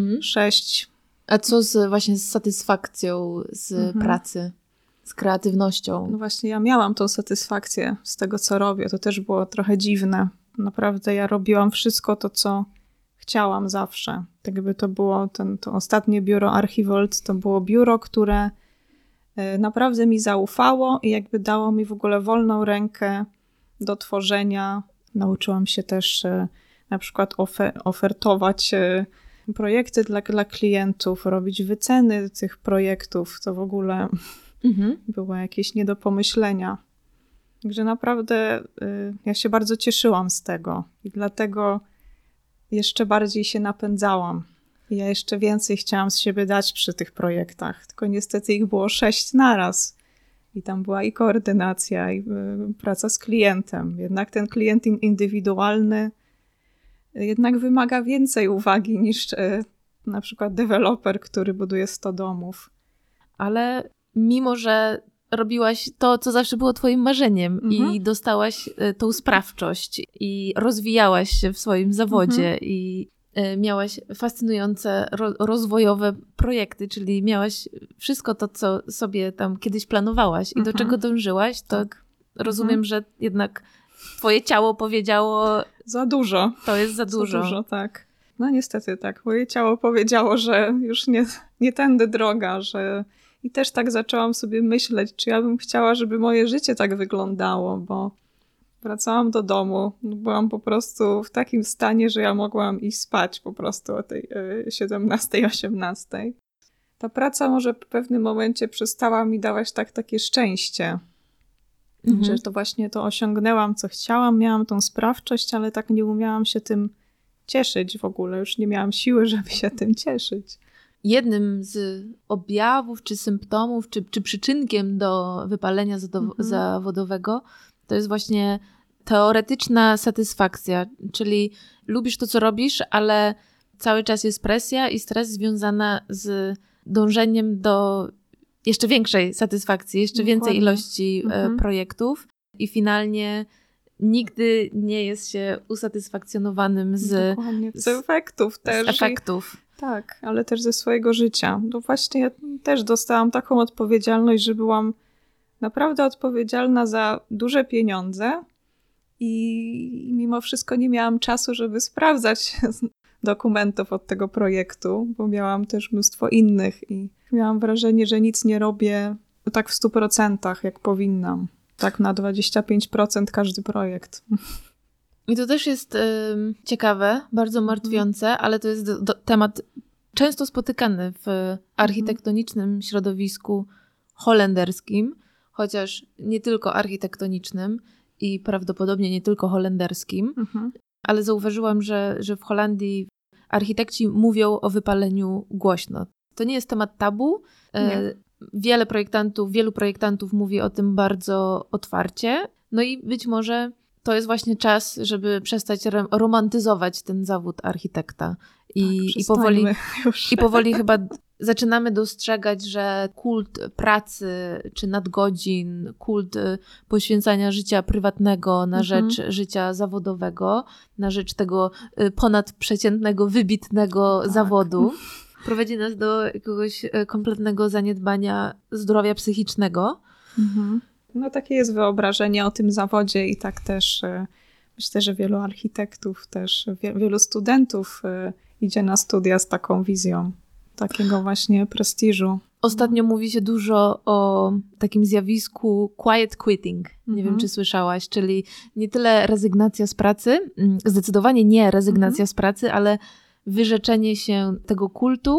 6. A co właśnie z satysfakcją z pracy, z kreatywnością? No właśnie ja miałam tą satysfakcję z tego, co robię. To też było trochę dziwne. Naprawdę ja robiłam wszystko to, co chciałam zawsze. Tak jakby to było to ostatnie biuro Archivolt, to było biuro, które naprawdę mi zaufało i jakby dało mi w ogóle wolną rękę do tworzenia. Nauczyłam się też na przykład ofertować projekty dla klientów, robić wyceny tych projektów. To w ogóle było jakieś nie do pomyślenia. Także naprawdę ja się bardzo cieszyłam z tego i dlatego jeszcze bardziej się napędzałam. I ja jeszcze więcej chciałam z siebie dać przy tych projektach, tylko niestety ich było 6 naraz. I tam była i koordynacja, i praca z klientem. Jednak ten klient indywidualny jednak wymaga więcej uwagi niż na przykład deweloper, który buduje 100 domów. Ale mimo, że robiłaś to, co zawsze było twoim marzeniem i dostałaś tą sprawczość i rozwijałaś się w swoim zawodzie i miałaś fascynujące rozwojowe projekty, czyli miałaś wszystko to, co sobie tam kiedyś planowałaś i do czego dążyłaś, to rozumiem, że jednak twoje ciało powiedziało za dużo. To jest za dużo. Za dużo, tak. No niestety tak. Moje ciało powiedziało, że już nie tędy droga, że... I też tak zaczęłam sobie myśleć, czy ja bym chciała, żeby moje życie tak wyglądało, bo wracałam do domu, byłam po prostu w takim stanie, że ja mogłam iść spać po prostu o tej 17, 18. Ta praca może w pewnym momencie przestała mi dawać takie szczęście, że to właśnie to osiągnęłam, co chciałam, miałam tą sprawczość, ale tak nie umiałam się tym cieszyć w ogóle, już nie miałam siły, żeby się tym cieszyć. Jednym z objawów, czy symptomów, czy przyczynkiem do wypalenia zawodowego to jest właśnie teoretyczna satysfakcja, czyli lubisz to, co robisz, ale cały czas jest presja i stres związana z dążeniem do jeszcze większej satysfakcji, jeszcze więcej ilości projektów i finalnie nigdy nie jest się usatysfakcjonowanym z efektów też. Z efektów. Tak, ale też ze swojego życia. No właśnie ja też dostałam taką odpowiedzialność, że byłam naprawdę odpowiedzialna za duże pieniądze i mimo wszystko nie miałam czasu, żeby sprawdzać dokumentów od tego projektu, bo miałam też mnóstwo innych i miałam wrażenie, że nic nie robię tak w 100% jak powinnam. Tak na 25% każdy projekt. I to też jest ciekawe, bardzo martwiące, ale to jest temat często spotykany w architektonicznym środowisku holenderskim, chociaż nie tylko architektonicznym i prawdopodobnie nie tylko holenderskim, ale zauważyłam, że w Holandii architekci mówią o wypaleniu głośno. To nie jest temat tabu. Wielu projektantów mówi o tym bardzo otwarcie. No i być może to jest właśnie czas, żeby przestać romantyzować ten zawód architekta. I powoli chyba zaczynamy dostrzegać, że kult pracy czy nadgodzin, kult poświęcania życia prywatnego na rzecz życia zawodowego, na rzecz tego ponadprzeciętnego, wybitnego zawodu prowadzi nas do jakiegoś kompletnego zaniedbania zdrowia psychicznego. No takie jest wyobrażenie o tym zawodzie i tak też myślę, że wielu architektów, też wielu studentów idzie na studia z taką wizją takiego właśnie prestiżu. Ostatnio mówi się dużo o takim zjawisku quiet quitting. Nie wiem, czy słyszałaś, czyli nie tyle rezygnacja z pracy, zdecydowanie nie rezygnacja z pracy, ale wyrzeczenie się tego kultu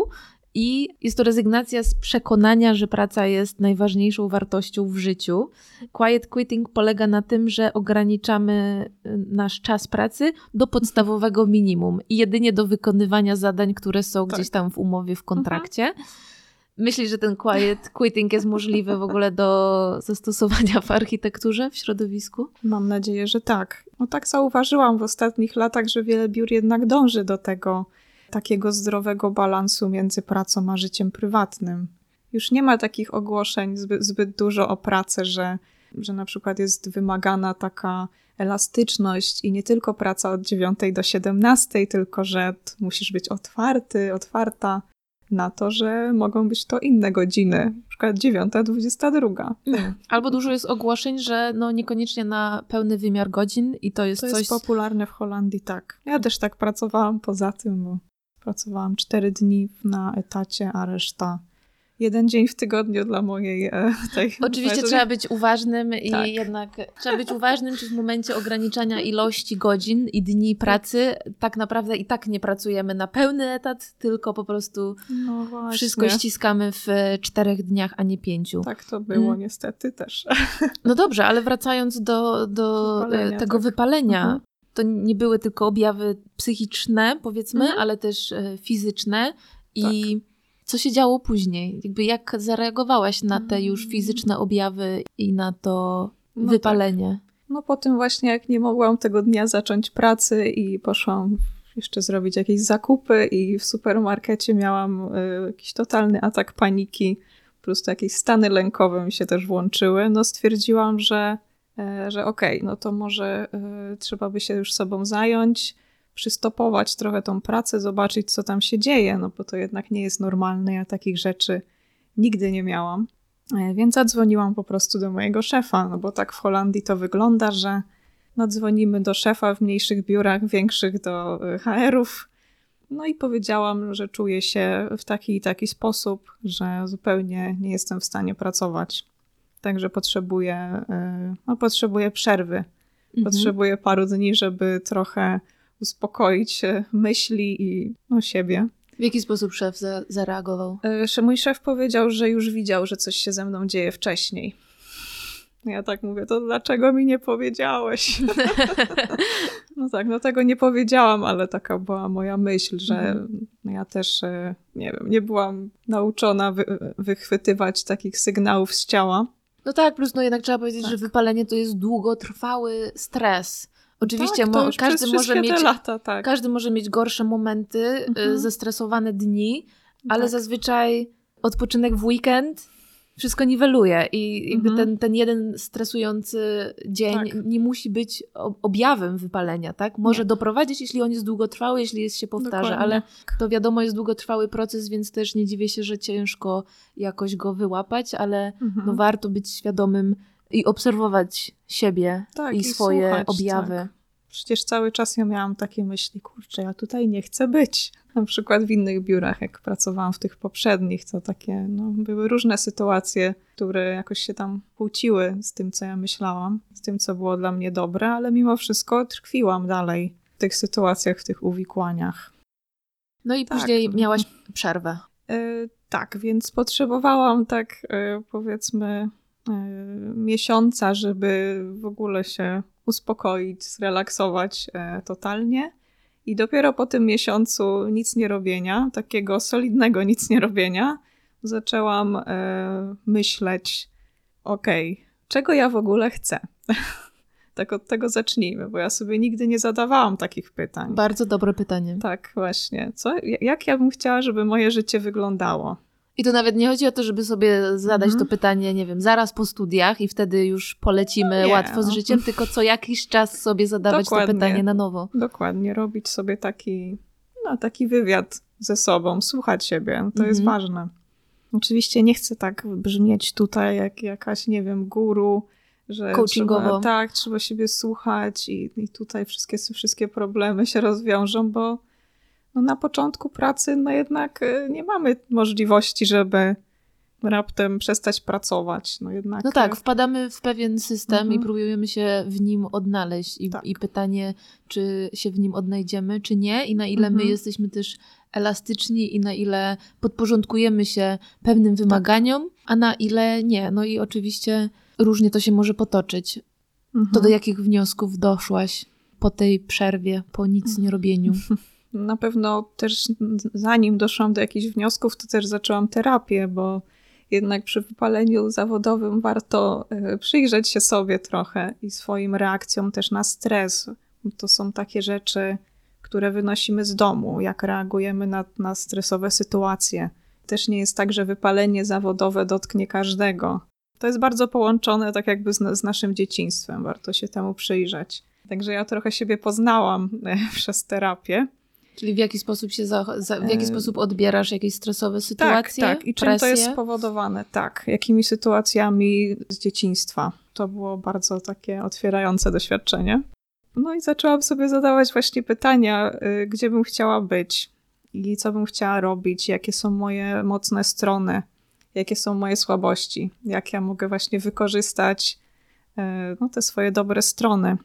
i jest to rezygnacja z przekonania, że praca jest najważniejszą wartością w życiu. Quiet quitting polega na tym, że ograniczamy nasz czas pracy do podstawowego minimum i jedynie do wykonywania zadań, które są gdzieś tam w umowie, w kontrakcie. Myślisz, że ten quiet quitting jest możliwy w ogóle do zastosowania w architekturze, w środowisku? Mam nadzieję, że tak. No tak zauważyłam w ostatnich latach, że wiele biur jednak dąży do tego takiego zdrowego balansu między pracą a życiem prywatnym. Już nie ma takich ogłoszeń zbyt dużo o pracy, że na przykład jest wymagana taka elastyczność i nie tylko praca od 9 do 17, tylko że musisz być otwarta na to, że mogą być to inne godziny, na przykład 9, 22. Albo dużo jest ogłoszeń, że no niekoniecznie na pełny wymiar godzin i to jest coś... To jest popularne w Holandii, tak. Ja też tak pracowałam poza tym, bo pracowałam 4 dni na etacie, a reszta 1 dzień w tygodniu dla mojej Oczywiście trzeba być uważnym i jednak trzeba być uważnym, czy w momencie ograniczania ilości godzin i dni pracy tak naprawdę i tak nie pracujemy na pełny etat, tylko po prostu wszystko ściskamy w 4 dniach, a nie 5. Tak to było niestety też. No dobrze, ale wracając do tego wypalenia, to nie były tylko objawy psychiczne, powiedzmy, ale też fizyczne i co się działo później? Jak zareagowałaś na te już fizyczne objawy i na to wypalenie? Tak. No po tym właśnie, jak nie mogłam tego dnia zacząć pracy i poszłam jeszcze zrobić jakieś zakupy i w supermarkecie miałam jakiś totalny atak paniki, po prostu jakieś stany lękowe mi się też włączyły, no stwierdziłam, że okej, no to może trzeba by się już sobą zająć, przystopować trochę tą pracę, zobaczyć, co tam się dzieje, no bo to jednak nie jest normalne, ja takich rzeczy nigdy nie miałam. Więc zadzwoniłam po prostu do mojego szefa, no bo tak w Holandii to wygląda, że nadzwonimy do szefa w mniejszych biurach, większych do HR-ów. No i powiedziałam, że czuję się w taki i taki sposób, że zupełnie nie jestem w stanie pracować. Także potrzebuję przerwy. Potrzebuję paru dni, żeby trochę uspokoić myśli i siebie. W jaki sposób szef zareagował? Mój szef powiedział, że już widział, że coś się ze mną dzieje wcześniej. Ja tak mówię, to dlaczego mi nie powiedziałeś? No tak, tego nie powiedziałam, ale taka była moja myśl, że ja też, nie wiem, nie byłam nauczona wychwytywać takich sygnałów z ciała. No tak, plus jednak trzeba powiedzieć, że wypalenie to jest długotrwały stres. Oczywiście każdy może mieć gorsze momenty, zestresowane dni, ale zazwyczaj odpoczynek w weekend wszystko niweluje i jakby ten jeden stresujący dzień nie musi być objawem wypalenia, tak? Może doprowadzić, jeśli on jest długotrwały, jeśli się powtarza, dokładnie. Ale to wiadomo jest długotrwały proces, więc też nie dziwię się, że ciężko jakoś go wyłapać, ale warto być świadomym i obserwować siebie i swoje słuchać, objawy. Tak. Przecież cały czas ja miałam takie myśli, kurczę, ja tutaj nie chcę być. Na przykład w innych biurach, jak pracowałam w tych poprzednich, to takie, były różne sytuacje, które jakoś się tam kłóciły z tym, co ja myślałam, z tym, co było dla mnie dobre, ale mimo wszystko tkwiłam dalej w tych sytuacjach, w tych uwikłaniach. No i później miałaś przerwę. Tak, więc potrzebowałam powiedzmy miesiąca, żeby w ogóle się uspokoić, zrelaksować totalnie. I dopiero po tym miesiącu nic nie robienia, takiego solidnego nic nie robienia, zaczęłam myśleć, czego ja w ogóle chcę? Tak od tego zacznijmy, bo ja sobie nigdy nie zadawałam takich pytań. Bardzo dobre pytanie. Tak, właśnie. Jak ja bym chciała, żeby moje życie wyglądało? I to nawet nie chodzi o to, żeby sobie zadać to pytanie, nie wiem, zaraz po studiach i wtedy już polecimy łatwo z życiem, tylko co jakiś czas sobie zadawać to pytanie na nowo. Dokładnie, robić sobie taki wywiad ze sobą, słuchać siebie, to jest ważne. Oczywiście nie chcę tak brzmieć tutaj jak jakaś, nie wiem, guru, że coachingowo. Trzeba siebie słuchać i tutaj wszystkie problemy się rozwiążą, bo na początku pracy jednak nie mamy możliwości, żeby raptem przestać pracować. No tak, wpadamy w pewien system i próbujemy się w nim odnaleźć i pytanie, czy się w nim odnajdziemy, czy nie i na ile my jesteśmy też elastyczni i na ile podporządkujemy się pewnym wymaganiom, a na ile nie. No i oczywiście różnie to się może potoczyć. To do jakich wniosków doszłaś po tej przerwie, po nic nie robieniu? Na pewno też zanim doszłam do jakichś wniosków, to też zaczęłam terapię, bo jednak przy wypaleniu zawodowym warto przyjrzeć się sobie trochę i swoim reakcjom też na stres. To są takie rzeczy, które wynosimy z domu, jak reagujemy na stresowe sytuacje. Też nie jest tak, że wypalenie zawodowe dotknie każdego. To jest bardzo połączone tak jakby z naszym dzieciństwem. Warto się temu przyjrzeć. Także ja trochę siebie poznałam przez terapię. Czyli w jaki sposób w jaki sposób odbierasz jakieś stresowe sytuacje? Tak. I czym to jest spowodowane? Tak. Jakimi sytuacjami z dzieciństwa? To było bardzo takie otwierające doświadczenie. No i zaczęłam sobie zadawać właśnie pytania, gdzie bym chciała być i co bym chciała robić, jakie są moje mocne strony, jakie są moje słabości, jak ja mogę właśnie wykorzystać te swoje dobre strony.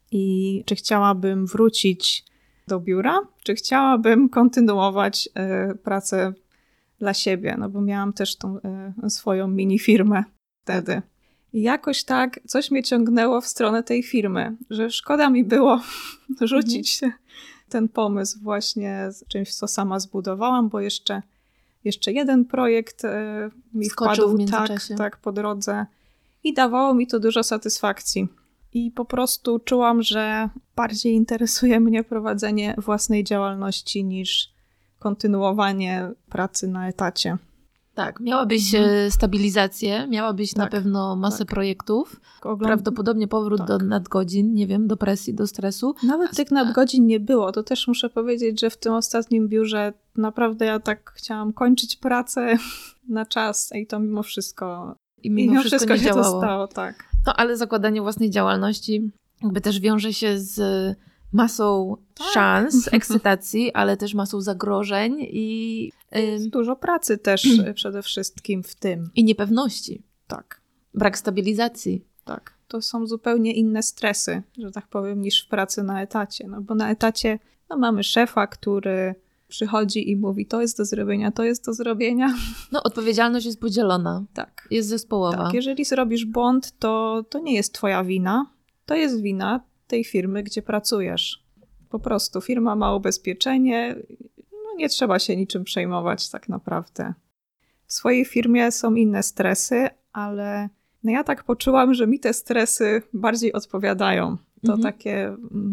I czy chciałabym wrócić do biura, czy chciałabym kontynuować pracę dla siebie, bo miałam też tą swoją mini firmę wtedy. I jakoś tak coś mnie ciągnęło w stronę tej firmy, że szkoda mi było rzucić ten pomysł właśnie z czymś, co sama zbudowałam, bo jeszcze jeden projekt mi skoczył wpadł tak po drodze i dawało mi to dużo satysfakcji. I po prostu czułam, że bardziej interesuje mnie prowadzenie własnej działalności niż kontynuowanie pracy na etacie. Tak, miałabyś stabilizację, miałabyś na pewno masę projektów, prawdopodobnie powrót do nadgodzin, nie wiem, do presji, do stresu. Nawet tych nadgodzin nie było, to też muszę powiedzieć, że w tym ostatnim biurze naprawdę ja tak chciałam kończyć pracę na czas i to mimo wszystko nie się działało. to stało, tak. No ale zakładanie własnej działalności jakby też wiąże się z masą szans, ekscytacji, ale też masą zagrożeń i Jest dużo pracy też przede wszystkim w tym. i niepewności. Tak. Brak stabilizacji. Tak. To są zupełnie inne stresy, że tak powiem, niż w pracy na etacie. No bo na etacie mamy szefa, który przychodzi i mówi, to jest do zrobienia, to jest do zrobienia. No, odpowiedzialność jest podzielona. Tak. Jest zespołowa. Tak, jeżeli zrobisz błąd, to nie jest twoja wina. To jest wina tej firmy, gdzie pracujesz. Po prostu firma ma ubezpieczenie, no nie trzeba się niczym przejmować tak naprawdę. W swojej firmie są inne stresy, ale ja tak poczułam, że mi te stresy bardziej odpowiadają. To takie,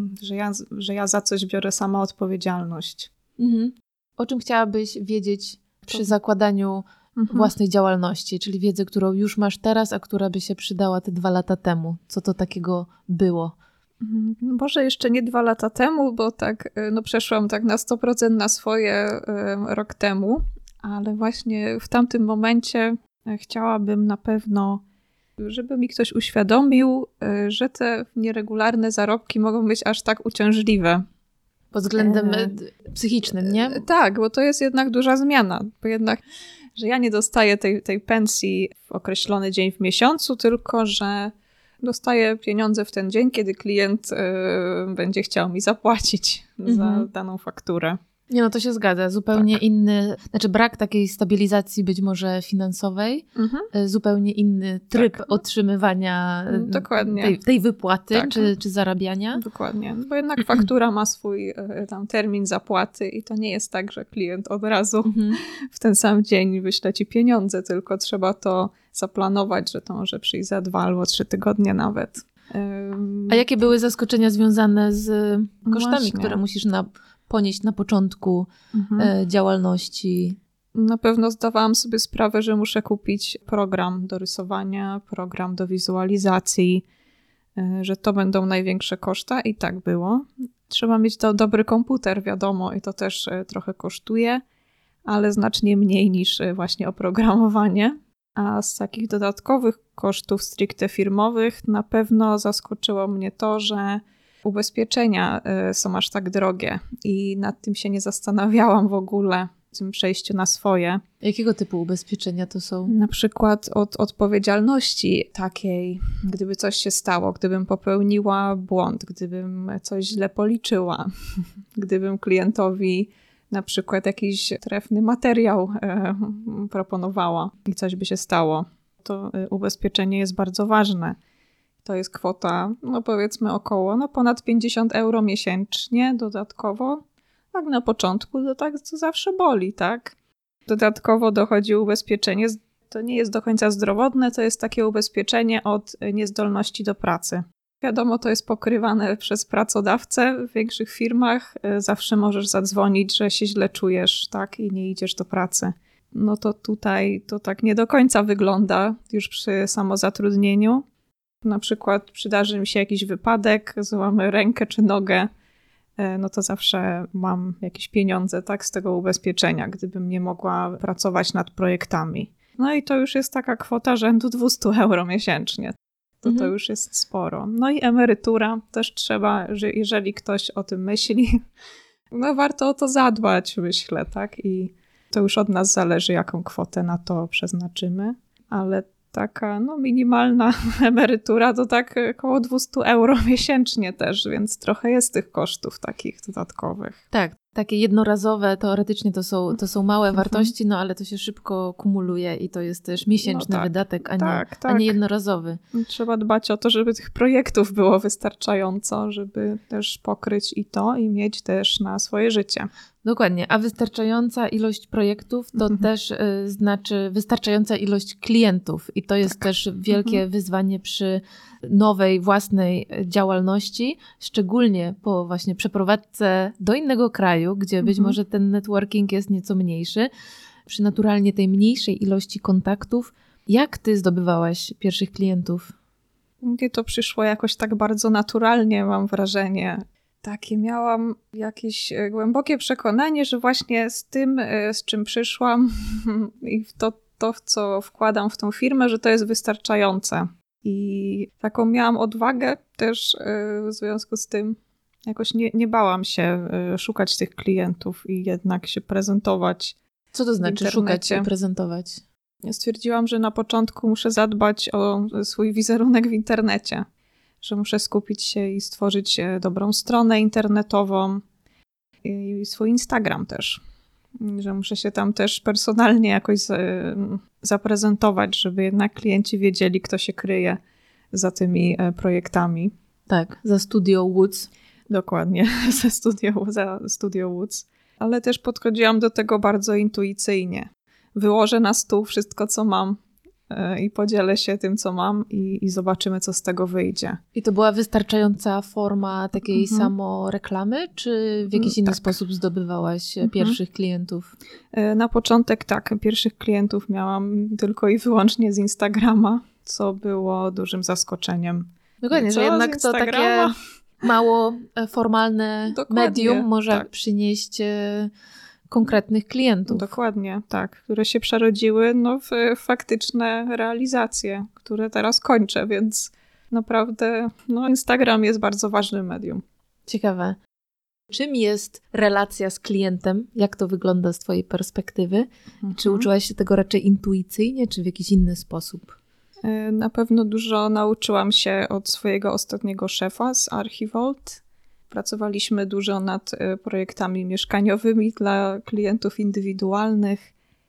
że ja za coś biorę sama odpowiedzialność. O czym chciałabyś wiedzieć przy zakładaniu własnej działalności, czyli wiedzę, którą już masz teraz, a która by się przydała te 2 lata temu? Co to takiego było? Może jeszcze nie 2 lata temu, bo tak przeszłam tak na 100% na swoje rok temu, ale właśnie w tamtym momencie chciałabym na pewno, żeby mi ktoś uświadomił, że te nieregularne zarobki mogą być aż tak uciążliwe. Pod względem psychicznym, nie? Tak, bo to jest jednak duża zmiana, bo jednak, że ja nie dostaję tej pensji w określony dzień w miesiącu, tylko że dostaję pieniądze w ten dzień, kiedy klient będzie chciał mi zapłacić za daną fakturę. Nie, no to się zgadza. Zupełnie inny, znaczy brak takiej stabilizacji być może finansowej, zupełnie inny tryb otrzymywania tej wypłaty czy zarabiania. Dokładnie, bo jednak faktura ma swój tam termin zapłaty i to nie jest tak, że klient od razu w ten sam dzień wyśle ci pieniądze, tylko trzeba to zaplanować, że to może przyjść za 2 albo 3 tygodnie nawet. A jakie były zaskoczenia związane z kosztami, które musisz ponieść na początku działalności? Na pewno zdawałam sobie sprawę, że muszę kupić program do rysowania, program do wizualizacji, że to będą największe koszta i tak było. Trzeba mieć dobry komputer, wiadomo, i to też trochę kosztuje, ale znacznie mniej niż właśnie oprogramowanie. A z takich dodatkowych kosztów stricte firmowych na pewno zaskoczyło mnie to, że ubezpieczenia są aż tak drogie i nad tym się nie zastanawiałam w ogóle, w tym przejściu na swoje. Jakiego typu ubezpieczenia to są? Na przykład od odpowiedzialności takiej, gdyby coś się stało, gdybym popełniła błąd, gdybym coś źle policzyła, gdybym klientowi na przykład jakiś trefny materiał proponowała i coś by się stało. To ubezpieczenie jest bardzo ważne. To jest kwota, powiedzmy około ponad 50 euro miesięcznie dodatkowo. Tak na początku to zawsze boli, tak? Dodatkowo dochodzi ubezpieczenie, to nie jest do końca zdrowotne, to jest takie ubezpieczenie od niezdolności do pracy. Wiadomo, to jest pokrywane przez pracodawcę w większych firmach. Zawsze możesz zadzwonić, że się źle czujesz, tak? I nie idziesz do pracy. No to tutaj to tak nie do końca wygląda już przy samozatrudnieniu. Na przykład przydarzy mi się jakiś wypadek, złamę rękę czy nogę, no to zawsze mam jakieś pieniądze z tego ubezpieczenia, gdybym nie mogła pracować nad projektami. No i to już jest taka kwota rzędu 200 euro miesięcznie. To już jest sporo. No i emerytura też trzeba, że jeżeli ktoś o tym myśli, warto o to zadbać, myślę, tak? I to już od nas zależy, jaką kwotę na to przeznaczymy, ale taka minimalna emerytura to tak około 200 euro miesięcznie też, więc trochę jest tych kosztów takich dodatkowych. Tak, takie jednorazowe teoretycznie to są małe wartości, ale to się szybko kumuluje i to jest też miesięczny wydatek, a nie jednorazowy. Trzeba dbać o to, żeby tych projektów było wystarczająco, żeby też pokryć i to i mieć też na swoje życie. Dokładnie, a wystarczająca ilość projektów to też znaczy wystarczająca ilość klientów i to jest też wielkie wyzwanie przy nowej własnej działalności, szczególnie po właśnie przeprowadzce do innego kraju, gdzie być może ten networking jest nieco mniejszy, przy naturalnie tej mniejszej ilości kontaktów. Jak ty zdobywałaś pierwszych klientów? Mnie to przyszło jakoś tak bardzo naturalnie, mam wrażenie. Takie miałam jakieś głębokie przekonanie, że właśnie z tym, z czym przyszłam i w to, w co wkładam w tą firmę, że to jest wystarczające. I taką miałam odwagę też w związku z tym, jakoś nie bałam się szukać tych klientów i jednak się prezentować. Co to znaczy szukać i prezentować? Stwierdziłam, że na początku muszę zadbać o swój wizerunek w internecie, że muszę skupić się i stworzyć dobrą stronę internetową i swój Instagram też, że muszę się tam też personalnie jakoś zaprezentować, żeby jednak klienci wiedzieli, kto się kryje za tymi projektami. Tak, za Studio Woods. Dokładnie, za Studio Woods. Ale też podchodziłam do tego bardzo intuicyjnie. Wyłożę na stół wszystko, co mam i podzielę się tym, co mam i zobaczymy, co z tego wyjdzie. I to była wystarczająca forma takiej samoreklamy, czy w jakiś inny sposób zdobywałaś pierwszych klientów? Na początek tak, pierwszych klientów miałam tylko i wyłącznie z Instagrama, co było dużym zaskoczeniem. Dokładnie, że jednak to takie mało formalne medium może przynieść konkretnych klientów. Dokładnie, tak. Które się przerodziły w faktyczne realizacje, które teraz kończę, więc naprawdę Instagram jest bardzo ważnym medium. Ciekawe. Czym jest relacja z klientem? Jak to wygląda z twojej perspektywy? Czy uczyłaś się tego raczej intuicyjnie, czy w jakiś inny sposób? Na pewno dużo nauczyłam się od swojego ostatniego szefa z Archivolt. Pracowaliśmy dużo nad projektami mieszkaniowymi dla klientów indywidualnych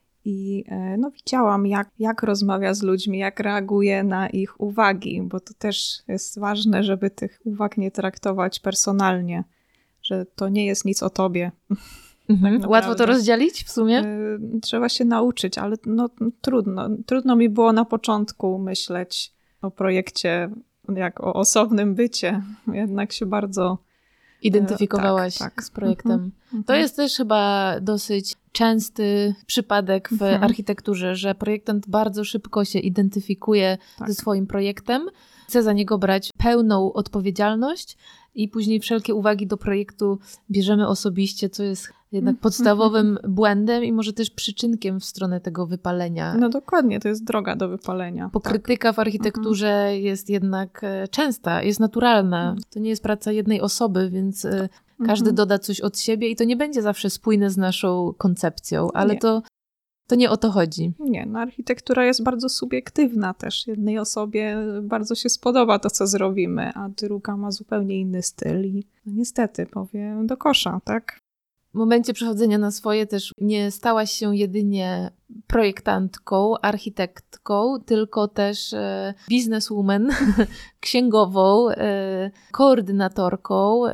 i widziałam, jak rozmawia z ludźmi, jak reaguje na ich uwagi, bo to też jest ważne, żeby tych uwag nie traktować personalnie, że to nie jest nic o tobie. Tak łatwo to rozdzielić w sumie? Trzeba się nauczyć, ale trudno. Trudno mi było na początku myśleć o projekcie jak o osobnym bycie. Jednak się bardzo identyfikowałaś z projektem. To jest też chyba dosyć częsty przypadek w architekturze, że projektant bardzo szybko się identyfikuje ze swoim projektem, chce za niego brać pełną odpowiedzialność i później wszelkie uwagi do projektu bierzemy osobiście, co jest jednak podstawowym błędem i może też przyczynkiem w stronę tego wypalenia. No dokładnie, to jest droga do wypalenia. Bo krytyka w architekturze jest jednak częsta, jest naturalna. To nie jest praca jednej osoby, więc każdy doda coś od siebie i to nie będzie zawsze spójne z naszą koncepcją, ale to nie o to chodzi. Nie, architektura jest bardzo subiektywna też. Jednej osobie bardzo się spodoba to, co zrobimy, a druga ma zupełnie inny styl i niestety powie do kosza, tak? W momencie przechodzenia na swoje też nie stałaś się jedynie projektantką, architektką, tylko też bizneswoman, księgową, koordynatorką,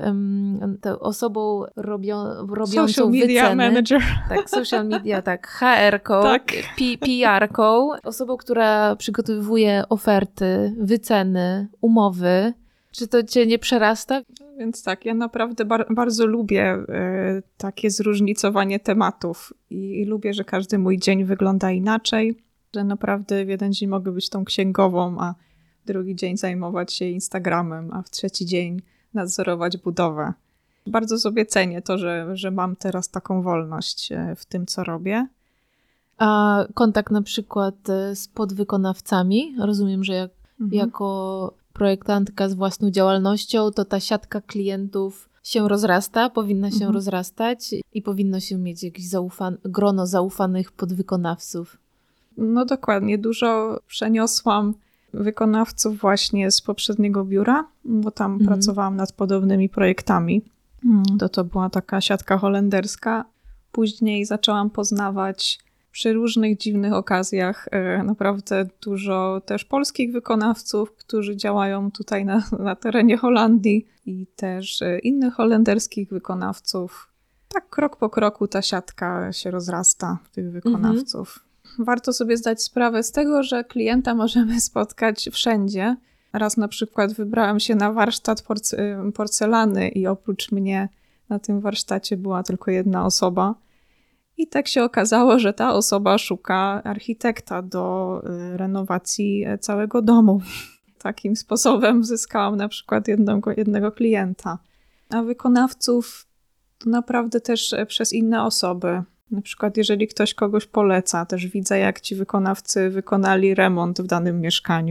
osobą robiącą social media wyceny. Manager. Tak, social media, tak, HR-ką, PR-ką, osobą, która przygotowuje oferty, wyceny, umowy. Czy to cię nie przerasta? Więc tak, ja naprawdę bardzo lubię takie zróżnicowanie tematów i lubię, że każdy mój dzień wygląda inaczej, że naprawdę w jeden dzień mogę być tą księgową, a drugi dzień zajmować się Instagramem, a w trzeci dzień nadzorować budowę. Bardzo sobie cenię to, że mam teraz taką wolność w tym, co robię. A kontakt na przykład z podwykonawcami? Rozumiem, że jako projektantka z własną działalnością, to ta siatka klientów się rozrasta, powinna się rozrastać i powinno się mieć jakieś grono zaufanych podwykonawców. No dokładnie, dużo przeniosłam wykonawców właśnie z poprzedniego biura, bo tam pracowałam nad podobnymi projektami. To była taka siatka holenderska. Później zaczęłam poznawać przy różnych dziwnych okazjach naprawdę dużo też polskich wykonawców, którzy działają tutaj na terenie Holandii i też innych holenderskich wykonawców. Tak krok po kroku ta siatka się rozrasta tych wykonawców. Warto sobie zdać sprawę z tego, że klienta możemy spotkać wszędzie. Raz na przykład wybrałam się na warsztat porcelany i oprócz mnie na tym warsztacie była tylko jedna osoba. I tak się okazało, że ta osoba szuka architekta do renowacji całego domu. Takim sposobem zyskałam na przykład jednego klienta. A wykonawców to naprawdę też przez inne osoby. Na przykład jeżeli ktoś kogoś poleca, też widzę jak ci wykonawcy wykonali remont w danym mieszkaniu.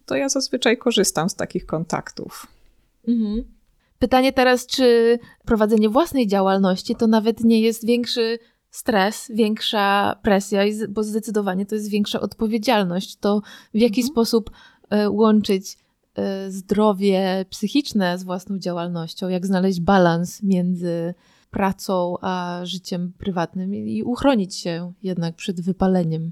to ja zazwyczaj korzystam z takich kontaktów. Mhm. Pytanie teraz, czy prowadzenie własnej działalności to nawet nie jest większy stres, większa presja, bo zdecydowanie to jest większa odpowiedzialność. To w jaki sposób łączyć zdrowie psychiczne z własną działalnością, jak znaleźć balans między pracą a życiem prywatnym i uchronić się jednak przed wypaleniem.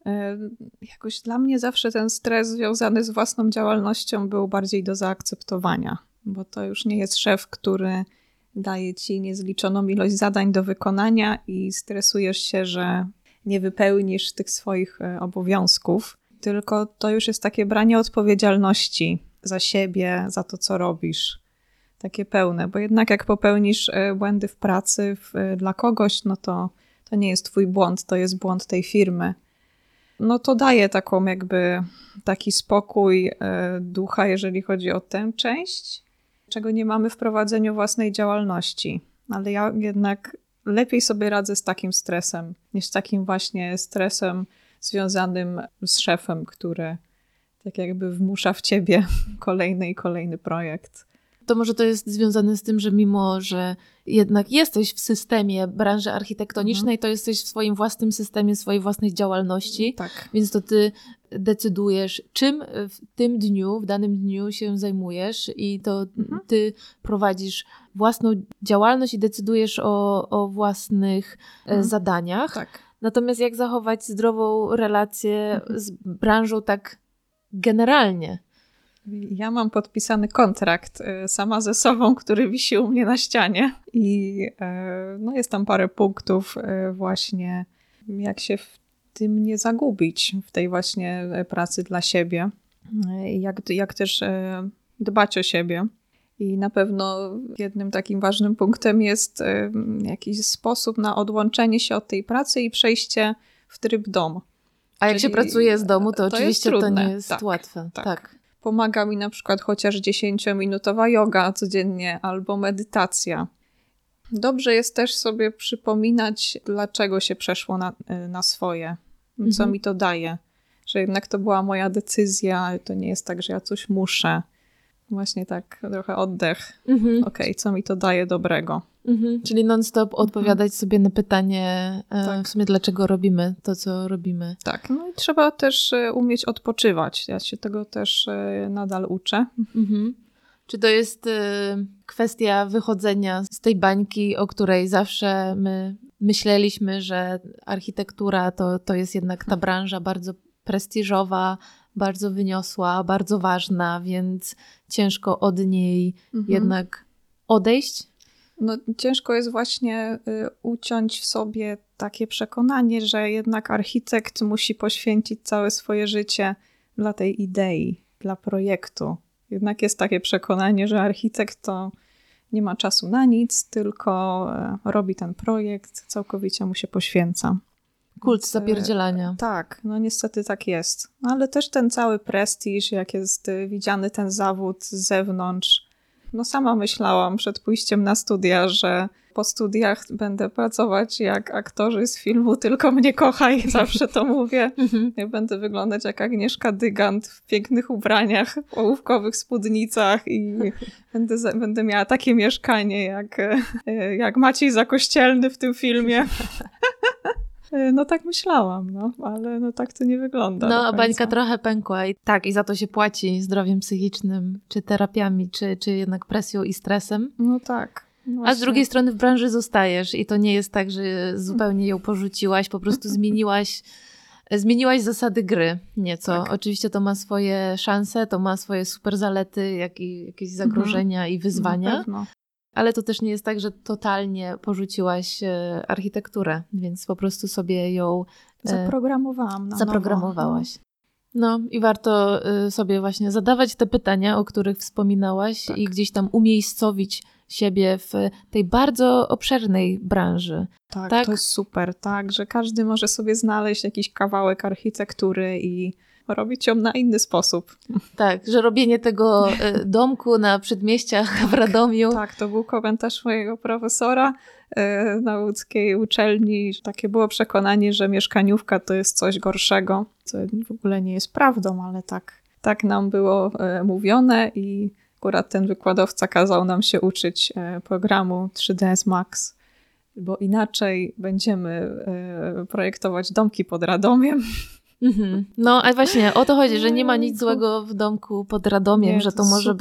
Jakoś dla mnie zawsze ten stres związany z własną działalnością był bardziej do zaakceptowania, bo to już nie jest szef, który daje ci niezliczoną ilość zadań do wykonania i stresujesz się, że nie wypełnisz tych swoich obowiązków, tylko to już jest takie branie odpowiedzialności za siebie, za to, co robisz. Takie pełne, bo jednak jak popełnisz błędy w pracy dla kogoś, no to nie jest twój błąd, to jest błąd tej firmy. No to daje taką jakby taki spokój ducha, jeżeli chodzi o tę część, czego nie mamy w prowadzeniu własnej działalności. Ale ja jednak lepiej sobie radzę z takim stresem, niż z takim właśnie stresem związanym z szefem, który tak jakby wmusza w ciebie kolejny projekt. To może to jest związane z tym, że mimo, że jednak jesteś w systemie branży architektonicznej, to jesteś w swoim własnym systemie, swojej własnej działalności, Tak. Więc to ty decydujesz, czym w tym dniu, w danym dniu się zajmujesz i to ty prowadzisz własną działalność i decydujesz o własnych zadaniach. Tak. Natomiast jak zachować zdrową relację z branżą tak generalnie? Ja mam podpisany kontrakt sama ze sobą, który wisi u mnie na ścianie i no jest tam parę punktów właśnie, jak się w tym nie zagubić, w tej właśnie pracy dla siebie, jak też dbać o siebie. I na pewno jednym takim ważnym punktem jest jakiś sposób na odłączenie się od tej pracy i przejście w tryb dom. A jak się pracuje z domu, to oczywiście to nie jest tak, łatwe. Tak. Pomaga mi na przykład chociaż 10-minutowa joga codziennie albo medytacja. Dobrze jest też sobie przypominać, dlaczego się przeszło na swoje, co mi to daje. Że jednak to była moja decyzja, to nie jest tak, że ja coś muszę. Właśnie tak trochę oddech. Okej, co mi to daje dobrego. Czyli non-stop odpowiadać sobie na pytanie w sumie dlaczego robimy to, co robimy. Tak, no i trzeba też umieć odpoczywać. Ja się tego też nadal uczę. Czy to jest kwestia wychodzenia z tej bańki, o której zawsze my myśleliśmy, że architektura to jest jednak ta branża bardzo prestiżowa, bardzo wyniosła, bardzo ważna, więc ciężko od niej jednak odejść? No, ciężko jest właśnie uciąć w sobie takie przekonanie, że jednak architekt musi poświęcić całe swoje życie dla tej idei, dla projektu. Jednak jest takie przekonanie, że architekt to nie ma czasu na nic, tylko robi ten projekt, całkowicie mu się poświęca. Kult zapierdzielania. Tak, no niestety tak jest. No, ale też ten cały prestiż, jak jest widziany ten zawód z zewnątrz. No sama myślałam przed pójściem na studia, że po studiach będę pracować jak aktorzy z filmu Tylko mnie kochaj, zawsze to mówię. Ja będę wyglądać jak Agnieszka Dygant w pięknych ubraniach, w ołówkowych spódnicach i będę miała takie mieszkanie jak Maciej Zakościelny w tym filmie. No tak myślałam, ale no tak to nie wygląda. No a bańka trochę pękła i tak, i za to się płaci zdrowiem psychicznym, czy terapiami, czy jednak presją i stresem. No tak. Właśnie. A z drugiej strony w branży zostajesz i to nie jest tak, że zupełnie ją porzuciłaś, po prostu zmieniłaś zasady gry nieco. Tak. Oczywiście to ma swoje szanse, to ma swoje super zalety, jak i jakieś zagrożenia i wyzwania. Na pewno. Ale to też nie jest tak, że totalnie porzuciłaś architekturę, więc po prostu sobie ją zaprogramowałaś. No i warto sobie właśnie zadawać te pytania, o których wspominałaś i gdzieś tam umiejscowić siebie w tej bardzo obszernej branży. Tak, to jest super, tak, że każdy może sobie znaleźć jakiś kawałek architektury i robić ją na inny sposób. Tak, że robienie tego domku na przedmieściach w Radomiu. Tak, to był komentarz mojego profesora na łódzkiej uczelni. Takie było przekonanie, że mieszkaniówka to jest coś gorszego, co w ogóle nie jest prawdą, ale tak Tak nam było mówione i akurat ten wykładowca kazał nam się uczyć programu 3ds Max, bo inaczej będziemy projektować domki pod Radomiem. Mhm. No, ale właśnie o to chodzi, że nie ma nic złego w domku pod Radomiem, Nie, że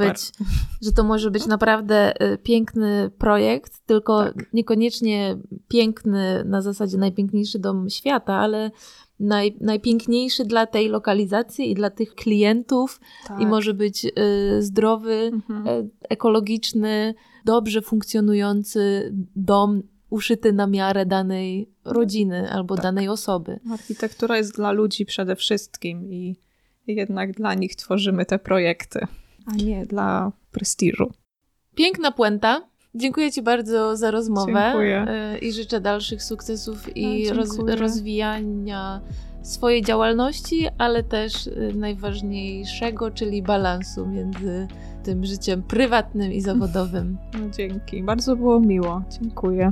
to może być naprawdę piękny projekt, tylko niekoniecznie piękny na zasadzie najpiękniejszy dom świata, ale najpiękniejszy dla tej lokalizacji i dla tych klientów i może być zdrowy, ekologiczny, dobrze funkcjonujący dom uszyty na miarę danej rodziny albo danej osoby. Architektura jest dla ludzi przede wszystkim i jednak dla nich tworzymy te projekty, a nie dla prestiżu. Piękna puenta. Dziękuję Ci bardzo za rozmowę. Dziękuję. I życzę dalszych sukcesów i rozwijania swojej działalności, ale też najważniejszego, czyli balansu między tym życiem prywatnym i zawodowym. No, dzięki. Bardzo było miło. Dziękuję.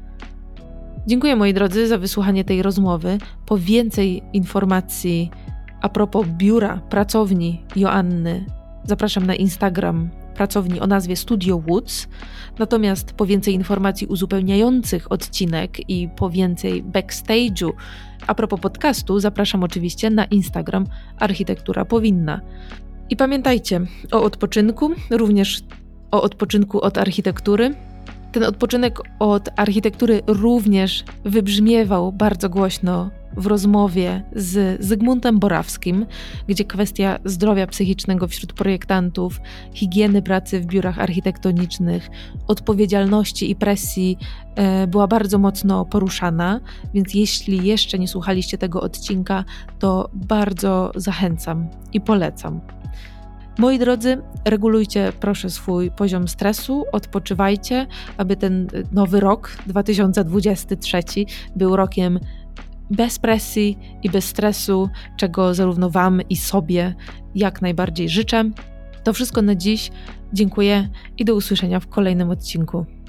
Dziękuję moi drodzy za wysłuchanie tej rozmowy. Po więcej informacji a propos biura, pracowni Joanny zapraszam na Instagram pracowni o nazwie Studio Woods. Natomiast po więcej informacji uzupełniających odcinek i po więcej backstage'u a propos podcastu zapraszam oczywiście na Instagram Architektura Powinna. I pamiętajcie o odpoczynku, również o odpoczynku od architektury. Ten odpoczynek od architektury również wybrzmiewał bardzo głośno w rozmowie z Zygmuntem Borawskim, gdzie kwestia zdrowia psychicznego wśród projektantów, higieny pracy w biurach architektonicznych, odpowiedzialności i presji była bardzo mocno poruszana, więc jeśli jeszcze nie słuchaliście tego odcinka, to bardzo zachęcam i polecam. Moi drodzy, regulujcie proszę swój poziom stresu, odpoczywajcie, aby ten nowy rok 2023 był rokiem bez presji i bez stresu, czego zarówno Wam i sobie jak najbardziej życzę. To wszystko na dziś. Dziękuję i do usłyszenia w kolejnym odcinku.